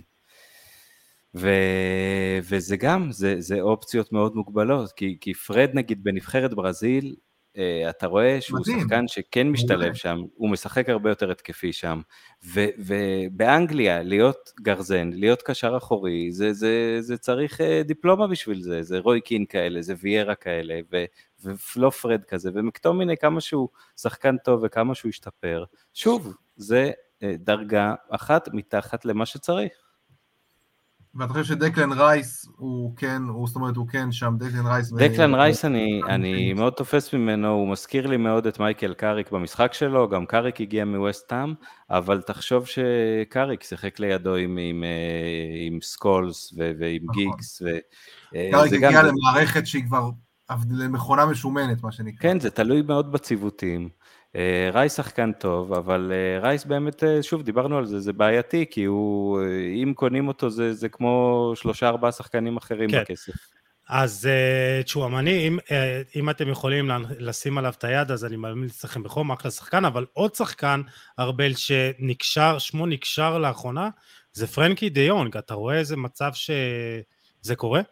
וזה גם, זה אופציות מאוד מוגבלות, כי פרד נגיד בנבחרת ברזיל, אתה רואה שהוא שחקן שכן משתלב שם, הוא משחק הרבה יותר התקפי שם, ובאנגליה להיות גרזן, להיות קשר אחורי, זה צריך דיפלומה בשביל זה, זה רוי קין כאלה, זה ויירה כאלה, ולא פרד כזה, ומקטומיני כמה שהוא שחקן טוב וכמה שהוא ישתפר, שוב, זה דרגה אחת מתחת למה שצריך. ואתה חושב שדקלן רייס הוא כן, זאת אומרת הוא כן שם, דקלן רייס אני מאוד תופס ממנו, הוא מזכיר לי מאוד את מייקל קאריק במשחק שלו, גם קאריק הגיע מווסט-האם, אבל תחשוב שקאריק שיחק לידו עם סקולס ועם גיגס. קאריק הגיע למערכת שהיא כבר למכונה משומנת, מה שנקרא. כן, זה תלוי מאוד בציוותים. רייס שחקן טוב, אבל רייס באמת, שוב, דיברנו על זה, זה בעייתי, כי הוא, אם קונים אותו, זה כמו 3-4 שחקנים אחרים בכסף. אז צ'ואמני, אם אתם יכולים לשים עליו את היד, אז אני ממליץ לכם בחום, אחלה שחקן, אבל עוד שחקן, ארבל, שמו נקשר לאחרונה, זה פרנקי דה יונג. אתה רואה איזה מצב שזה קורה?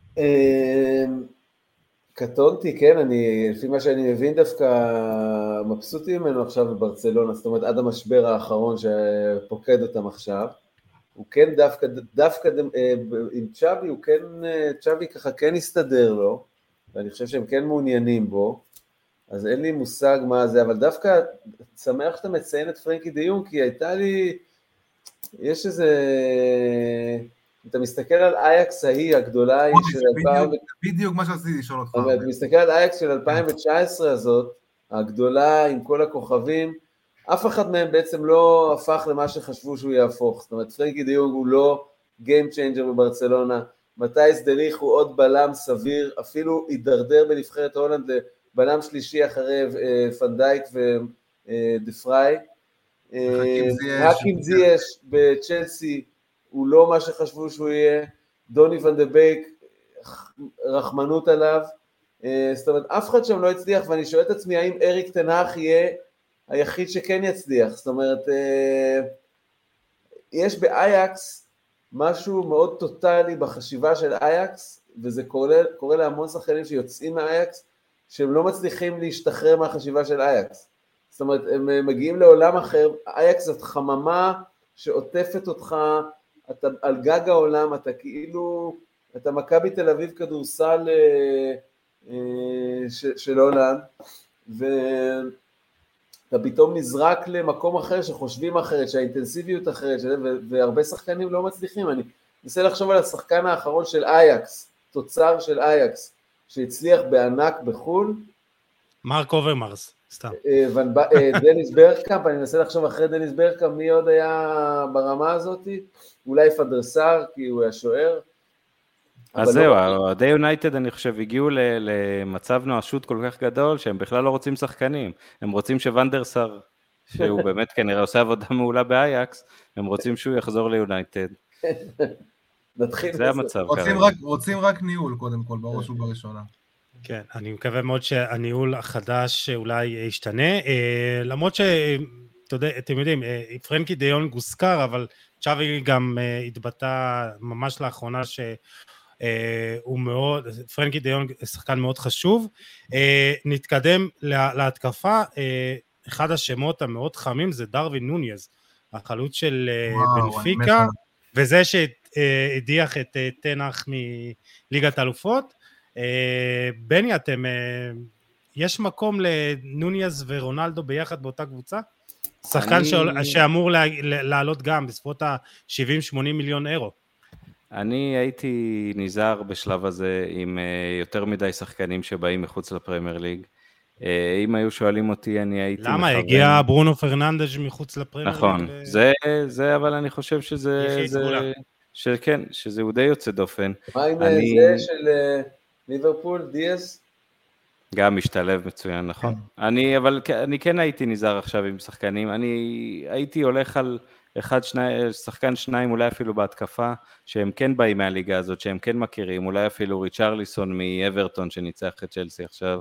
קטונתי, כן, לפי מה שאני מבין דווקא מבסוטי ממנו עכשיו בברצלונה, זאת אומרת עד המשבר האחרון שפוקד אותם עכשיו, הוא כן דווקא עם צ'אבי, צ'אבי ככה כן הסתדר לו, ואני חושב שהם כן מעוניינים בו, אז אין לי מושג מה זה, אבל דווקא שמח שאתה מציין את פרנקי דיון, כי הייתה לי, יש איזה, אתה מסתכל על אייקס ההיא הגדולה היא של 2000... בדיוק מה שרציתי לשאול אותך. אתה מסתכל על אייקס של 2019 הזאת, הגדולה עם כל הכוכבים, אף אחד מהם בעצם לא הפך למה שחשבו שהוא יהפוך, זאת אומרת פרנקי דיונג הוא לא Game Changer בברצלונה, מתיאס דה ליך הוא עוד בלם סביר, אפילו הידרדר בנבחרת הולנד לבלם שלישי אחרי פנדייק ודה פריי, הקים זייש בצ'לסי הוא לא מה שחשבו שהוא יהיה, דוני ון דה בייק, רחמנות עליו, זאת אומרת אף אחד שם לא הצליח, ואני שואל את עצמי האם אריק תנח יהיה היחיד שכן יצליח, זאת אומרת יש באייקס משהו מאוד טוטלי בחשיבה של אייקס, וזה קורה להמון שחקנים שיוצאים מאייקס, שהם לא מצליחים להשתחרר מהחשיבה של אייקס, זאת אומרת הם מגיעים לעולם אחר, אייקס זאת חממה שעוטפת אותך, אתה על גג העולם, אתה כאילו, אתה מכבי תל אביב כדורסל של הולנד, ואתה פתאום נזרק למקום אחר שחושבים אחרת, שהאינטנסיביות אחרת, והרבה שחקנים לא מצליחים. אני מנסה לחשוב על השחקן האחרון של אייקס, תוצר של אייקס, שהצליח בענק בחול. מרק אוברמרס, סתם. דניס ברקאמפ, אני מנסה לחשוב אחרי דניס ברקאמפ, מי עוד היה ברמה הזאת? אולי פדרסר, כי הוא היה שוער. אז זהו, אוהדי יונייטד אני חושב הגיעו למצב נואשות כל כך גדול שהם בכלל לא רוצים שחקנים, הם רוצים שוונדרסר, שהוא באמת כנראה עושה עבודה מעולה באייקס, הם רוצים שהוא יחזור ליונייטד. זה המצב כרגע. רוצים רק ניהול קודם כל, בראש ובראשונה. כן, אני מקווה מאוד שהניהול החדש אולי ישתנה, למרות שאתם יודעים, פרנקי דיונג הוזכר, אבל צ'אבי גם התבטא ממש לאחרונה שהוא מאוד, פרנקי דיונג שחקן מאוד חשוב. נתקדם להתקפה, אחד השמות המאוד חמים זה דרווין נוניז, החלוץ של בנפיקה, וזה שהדיח את תנח מליגת האלופות. בני, יש מקום לנוניז ורונלדו ביחד באותה קבוצה? שחקן שאמור לעלות גם בסביבות ה-70-80 מיליון אירו. אני הייתי נזהר בשלב הזה עם יותר מדי שחקנים שבאים מחוץ לפרמייר ליג. אם היו שואלים אותי, אני הייתי למה? הגיע ברונו פרננדז' מחוץ לפרמייר ליג? נכון, זה אבל אני חושב שזה הוא די יוצא דופן. מה עם זה של ליברפול, דיאס? גם משתלב מצוין, נכון. אבל אני כן הייתי נזהר עכשיו עם שחקנים, אני הייתי הולך על שחקן שניים, אולי אפילו בהתקפה, שהם כן באים מהליגה הזאת, שהם כן מכירים, אולי אפילו ריצ'רליסון מאברטון שניצח את צ'לסי עכשיו.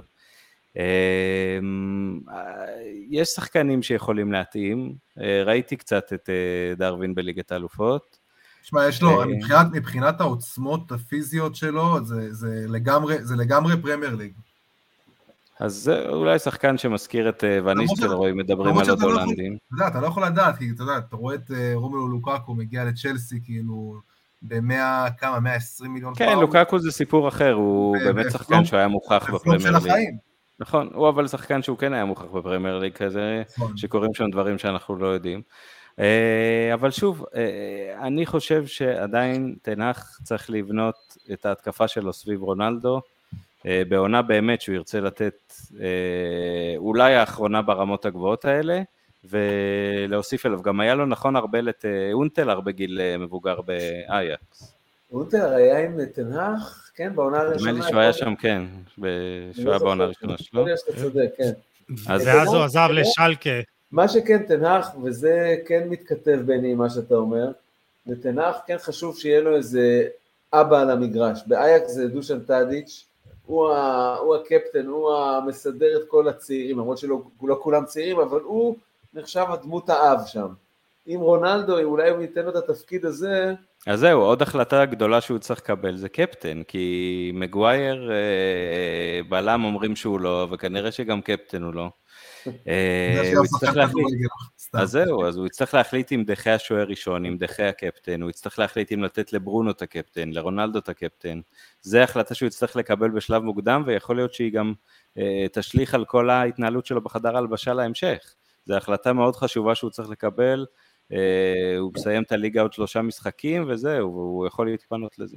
יש שחקנים שיכולים להתאים, ראיתי קצת את דרווין בליגת האלופות. תשמע, יש לו, מבחינת העוצמות הפיזיות שלו, זה לגמרי פרמייר ליג. אז זה אולי שחקן שמזכיר את וניסטלרוי, מדברים על עוד הולנדים. אתה לא יכול לדעת, כי אתה רואה את רומלו לוקאקו מגיע לצ'לסי, כאילו, כמה, 120 מיליון כן, לוקאקו זה סיפור אחר, הוא באמת שחקן שהוא היה מוכח בפרמייר ליג. נכון, הוא אבל שחקן שהוא כן היה מוכח בפרמייר ליג כזה, שקוראים שם דברים שאנחנו לא יודעים. אבל שוב, אני חושב שעדיין תנח צריך לבנות את ההתקפה שלו סביב רונלדו, בעונה באמת שהוא ירצה לתת אולי האחרונה ברמות הגבוהות האלה, ולהוסיף אליו, גם היה לו נכון הרבה את אונטלר בגיל מבוגר באייקס. אונטלר היה עם תנח, כן, בעונה הראשונה. נדמה לי שהוא היה שם, כן, שהוא היה בעונה הראשונה שלו. אתה צודק, כן. ואז הוא עזב לשלקה. מה שכן תנח, וזה כן מתכתב ביני מה שאתה אומר, לתנח כן חשוב שיהיה לו איזה אבא על המגרש. באייקס זה דושן טאדיץ', הוא הקפטן, הוא המסדר את כל הצעירים, למרות שלא כולם צעירים, אבל הוא נחשב הדמות האב שם. אם רונלדו, אולי הוא ייתן לו את התפקיד הזה... אז זהו, עוד החלטה גדולה שהוא צריך לקבל, זה קפטן, כי מגווייר בלם אומרים שהוא לא, וכנראה שגם קפטן הוא לא. הוא יצטרך להחליט, אז זהו, אז הוא יצטרך להחליט אם דחי השוער ראשון, אם דחי הקפטן, הוא יצטרך להחליט אם לתת לברונו את הקפטן, לרונלדו את הקפטן, זה החלטה שהוא יצטרך לקבל בשלב מוקדם, ויכול להיות שהיא גם תשליך על כל ההתנהלות שלו בחדר הלבשה להמשך, זו החלטה מאוד חשובה שהוא צריך לקבל, הוא מסיים את הליגה עוד 3 משחקים, וזהו, הוא יכול להתפנות לזה.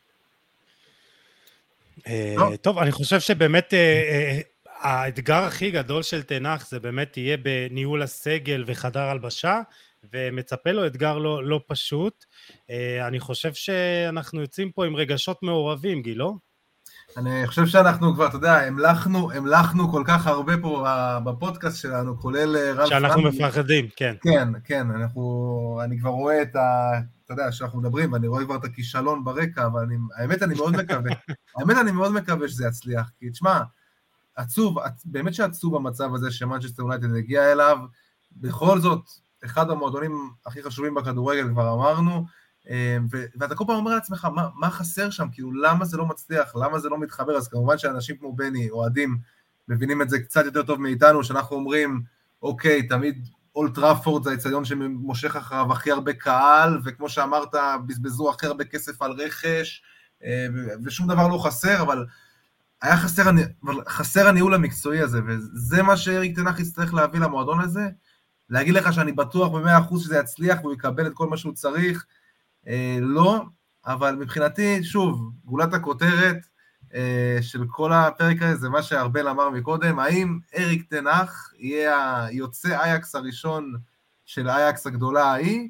טוב, אני חושב שבאמת האתגר הכי גדול של תנח זה באמת יהיה בניהול הסגל וחדר הלבשה, ומצפה לו אתגר לא פשוט. אני חושב שאנחנו יוצאים פה עם רגשות מעורבים, גילו? אני חושב שאנחנו כבר, אתה יודע, המלכנו כל כך הרבה פה בפודקאסט שלנו, כולל רב שאנחנו מפחדים, כן. כן, אני כבר רואה אתה יודע, שאנחנו מדברים, ואני רואה כבר את הכישלון ברקע, אבל האמת אני מאוד מקווה שזה יצליח, כי תשמע, עצוב, באמת שעצוב במצב הזה שמנצ'סטר יונייטד הגיע אליו, בכל זאת, אחד המועדונים הכי חשובים בכדורגל כבר אמרנו, ואתה כל פעם אומר לעצמך, מה חסר שם? כאילו, למה זה לא מצליח? למה זה לא מתחבר? אז כמובן שאנשים כמו בני, אוהדים, מבינים את זה קצת יותר טוב מאיתנו, שאנחנו אומרים, אוקיי, תמיד אולד טראפורד זה האצטדיון שמושך אחריו הכי הרבה קהל, וכמו שאמרת, בזבזו הכי הרבה כסף על רכש, ושום דבר לא חסר, אבל היה חסר הניהול המקצועי הזה, וזה מה שאריק תנח יצטרך להביא למועדון הזה, להגיד לך שאני בטוח ב100% שזה יצליח, והוא יקבל את כל מה שהוא צריך, לא, אבל מבחינתי, שוב, גולת הכותרת של כל הפרק הזה, זה מה שארבל אמר מקודם, האם אריק תנח יהיה היוצא אייקס הראשון של אייקס הגדולה ההיא,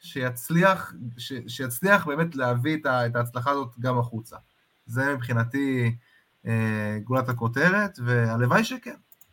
שיצליח באמת להביא את ההצלחה הזאת גם החוצה. זה מבחינתי גולת הכותרת, והלוואי שכן.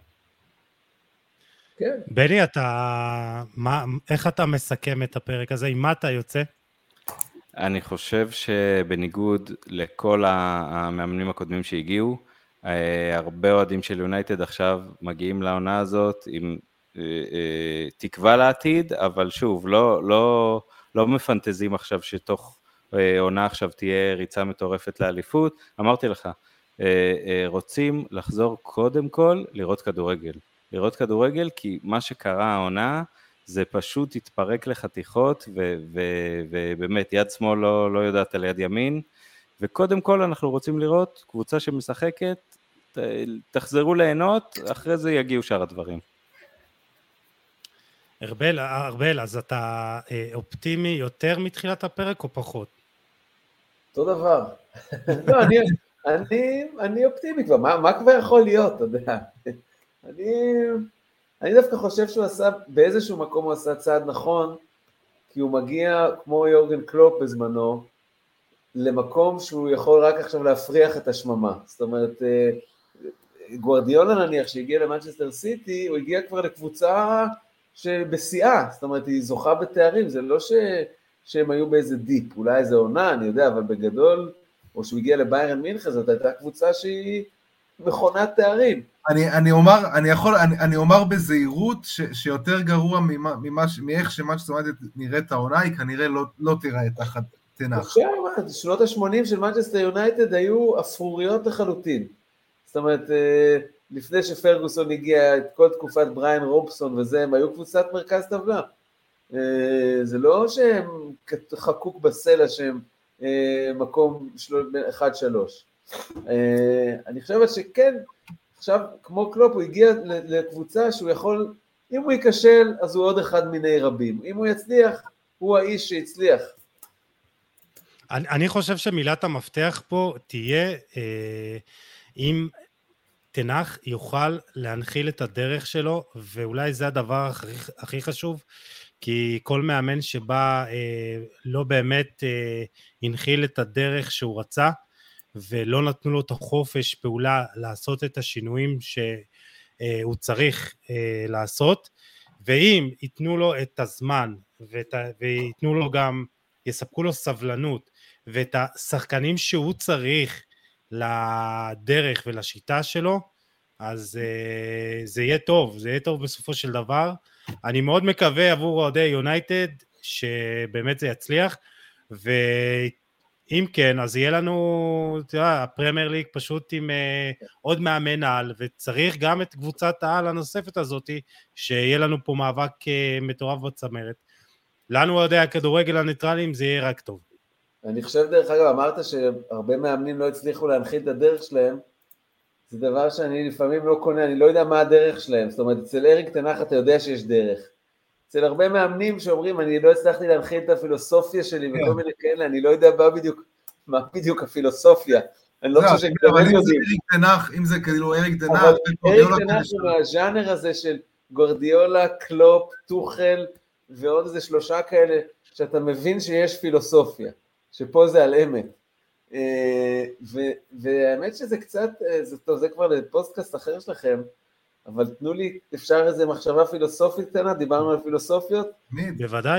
כן. בני, איך אתה מסכם את הפרק הזה? עם מה אתה יוצא? אני חושב שבניגוד לכל המאמנים הקודמים שהגיעו, הרבה אוהדים של יונייטד עכשיו מגיעים לעונה הזאת עם תקווה לעתיד, אבל שוב, לא מפנטזים עכשיו שתוך עונה עכשיו תהיה ריצה מטורפת לאליפות. אמרתי לך, רוצים לחזור קודם כל לראות כדורגל, כי מה שקרה העונה, זה פשוט התפרק לחתיכות, ובאמת יד שמאל לא יודעת על יד ימין, וקודם כל אנחנו רוצים לראות קבוצה שמשחקת, תחזרו ליהנות, אחרי זה יגיעו שאר הדברים. ארבל, אז אתה אופטימי יותר מתחילת הפרק או פחות? אותו דבר. לא, אני אופטימי כבר, מה כבר יכול להיות, אתה יודע? אני דווקא חושב שהוא עשה, באיזשהו מקום הוא עשה צעד נכון, כי הוא מגיע, כמו יורגן קלופ בזמנו, למקום שהוא יכול רק עכשיו להפריח את השממה. זאת אומרת, גוארדיולה נניח, שהגיע למנצ'סטר סיטי, הוא הגיע כבר לקבוצה שבשיאה, זאת אומרת, היא זוכה בתארים, זה לא שהם היו באיזה דיפ, אולי איזה עונה, אני יודע, אבל בגדול, או שהוא הגיע לביירן מינכן, זאת הייתה קבוצה שהיא מכונת תארים. אני אומר בזהירות שיותר גרוע מאיך שמנצ'סטר יונייטד נראית העונה, היא כנראה לא תיראה תחת תנח. עכשיו, שנות ה-80 של מנצ'סטר יונייטד היו אפרוריות לחלוטין. זאת אומרת, לפני שפרגוסון הגיע את כל תקופת בריין רובסון וזה, הם היו קבוצת מרכז טבלה. זה לא שהם חקוק בסלע שהם מקום 1-3. אני חושבת שכן, עכשיו, כמו קלופ, הוא הגיע לקבוצה שהוא יכול, אם הוא ייכשל, אז הוא עוד אחד מיני רבים. אם הוא יצליח, הוא האיש שהצליח. אני חושב שמילת המפתח פה תהיה, אם תנח יוכל להנחיל את הדרך שלו, ואולי זה הדבר הכי חשוב, כי כל מאמן שבא לא באמת הנחיל את הדרך שהוא רצה, ולא נתנו לו את החופש פעולה לעשות את השינויים שהוא צריך לעשות, ואם ייתנו לו את הזמן, ויתנו לו גם, יספקו לו סבלנות, ואת השחקנים שהוא צריך לדרך ולשיטה שלו, אז זה יהיה טוב בסופו של דבר. אני מאוד מקווה עבור אוהדי יונייטד, שבאמת זה יצליח, אם כן, אז יהיה לנו, הפרמייר ליג פשוט עם עוד מאמן על, וצריך גם את קבוצת העל הנוספת הזאת, שיהיה לנו פה מאבק מטורף בצמרת. לנו עוד הכדורגל הניטרליים, זה יהיה רק טוב. אני חושב, דרך אגב, אמרת שהרבה מאמנים לא הצליחו להנחית את הדרך שלהם, זה דבר שאני לפעמים לא קונה, אני לא יודע מה הדרך שלהם, זאת אומרת, אצל אריק תנח אתה יודע שיש דרך. אצל הרבה מאמנים שאומרים, אני לא הצלחתי להנחית את הפילוסופיה שלי, וכל מיני כאלה, אני לא יודע מה בדיוק הפילוסופיה. אני לא חושב שגם הם יודעים. אם זה כאילו אריק תנח, אבל אריק תנח הוא מהז'אנר הזה של גוארדיולה, קלופ, טוחל, ועוד איזה 3 כאלה, שאתה מבין שיש פילוסופיה, שפה זה על אמת. והאמת שזה קצת, טוב, זה כבר לפודקאסט אחר שלכם, אבל תנו לי, אפשר איזה מחשבה פילוסופית קטנה, דיברנו על פילוסופיות? בוודאי.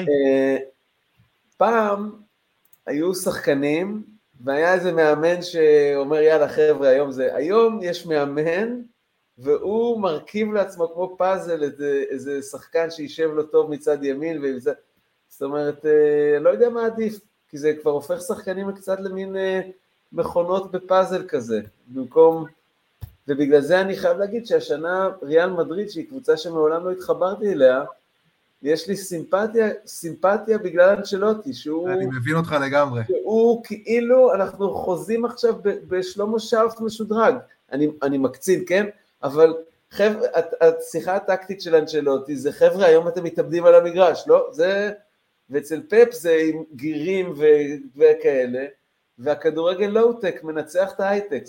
פעם היו שחקנים, והיה איזה מאמן שאומר, יאללה חבר'ה, היום יש מאמן, והוא מרכיב לעצמו כמו פאזל, איזה שחקן שישב לו טוב מצד ימין, זאת אומרת, לא יודע מה עדיף, כי זה כבר הופך שחקנים קצת למין מכונות בפאזל כזה, במקום, ובגלל זה אני חייב להגיד שהשנה ריאל מדריד, שהיא קבוצה שמעולם לא התחברתי אליה, יש לי סימפתיה בגלל אנצ'לוטי, שהוא... אני מבין אותך לגמרי. שהוא כאילו, אנחנו חוזים עכשיו בשלמה שרפט משודרג, אני מקצין, כן? אבל חבר'ה, השיחה הטקטית של אנצ'לוטי, זה חבר'ה, היום אתם מתאבדים על המגרש, לא? זה... ואצל פפ זה עם גירים וכאלה, והכדורגל לואו-טק מנצח את ההייטק,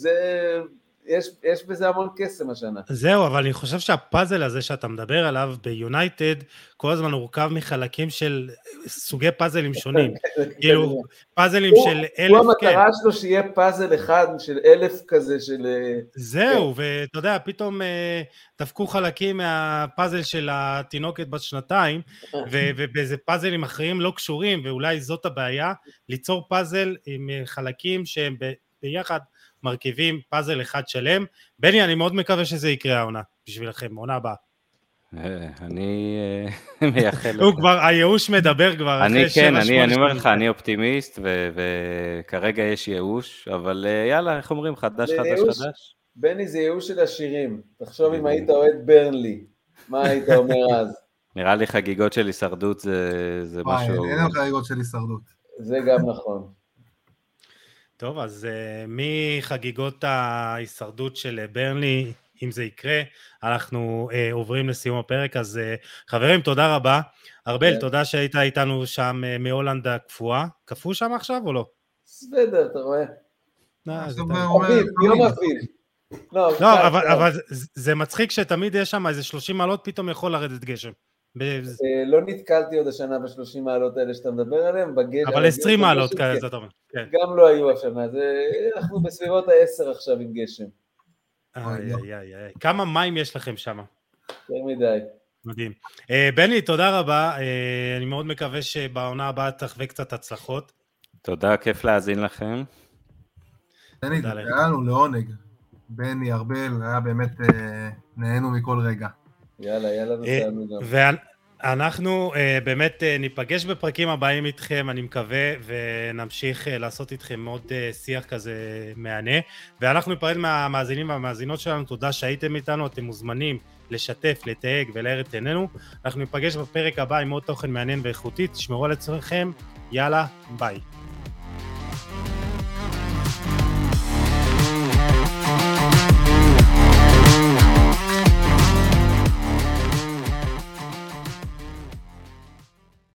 יש בזה המון קסם השנה. זהו, אבל אני חושב שהפאזל הזה שאתה מדבר עליו ביונייטד, כל הזמן הוא מורכב מחלקים של סוגי פאזלים שונים, כאילו פאזלים של 1,000, הוא המטרה שלו שיהיה פאזל אחד של 1,000 כזה של... זהו, ואתה יודע, פתאום דפקו חלקים מהפאזל של התינוקת בת 2, ובאיזה פאזלים אחרים לא קשורים, ואולי זאת הבעיה, ליצור פאזל עם חלקים שהם ביחד, מרכיבים פאזל אחד שלם. בני, אני מאוד מקווה שזה יקרה העונה בשבילכם, העונה הבאה. אני מייחל לך. הוא כבר, הייאוש מדבר כבר. אני אומר לך, אני אופטימיסט, וכרגע יש ייאוש, אבל יאללה, איך אומרים, חדש. בני, זה ייאוש של השירים. תחשוב אם היית אוהד ברנלי, מה היית אומר אז? נראה לי חגיגות של הישרדות זה משהו... אין לנו חגיגות של הישרדות. זה גם נכון. טוב, אז מחגיגות ההישרדות של ברנלי, אם זה יקרה, אנחנו עוברים לסיום הפרק, אז חברים, תודה רבה. ארבל, תודה שהיית איתנו שם מהולנד הקפואה. קפוא שם עכשיו או לא? סוודר, אתה רואה? יום אביב. לא, אבל זה מצחיק שתמיד יש שם איזה 30 מעלות, פתאום יכול לרדת גשם. לא נתקלתי עוד השנה ב-30 מעלות האלה שאתה מדבר עליהם, אבל 20 מעלות כאלה, זאת אומרת. גם לא היו השנה, אנחנו בסביבות ה-10 עכשיו עם גשם. כמה מים יש לכם שם? יותר מדי. מדהים. בני, תודה רבה, אני מאוד מקווה שבעונה הבאה תחווה קצת הצלחות. תודה, כיף להאזין לכם. בני, זה היה לנו לעונג. בני, ארבל, היה באמת נהנו מכל רגע. יאללה, נוסענו גם. ואנחנו באמת ניפגש בפרקים הבאים איתכם, אני מקווה, ונמשיך לעשות איתכם עוד שיח כזה מענה, ואנחנו ניפרד מהמאזינים והמאזינות שלנו, תודה שהייתם איתנו, אתם מוזמנים לשתף, לתייג ולהאיר את עינינו, אנחנו ניפגש בפרק הבא עם עוד תוכן מעניין ואיכותי, תשמרו על עצמכם, יאללה, ביי.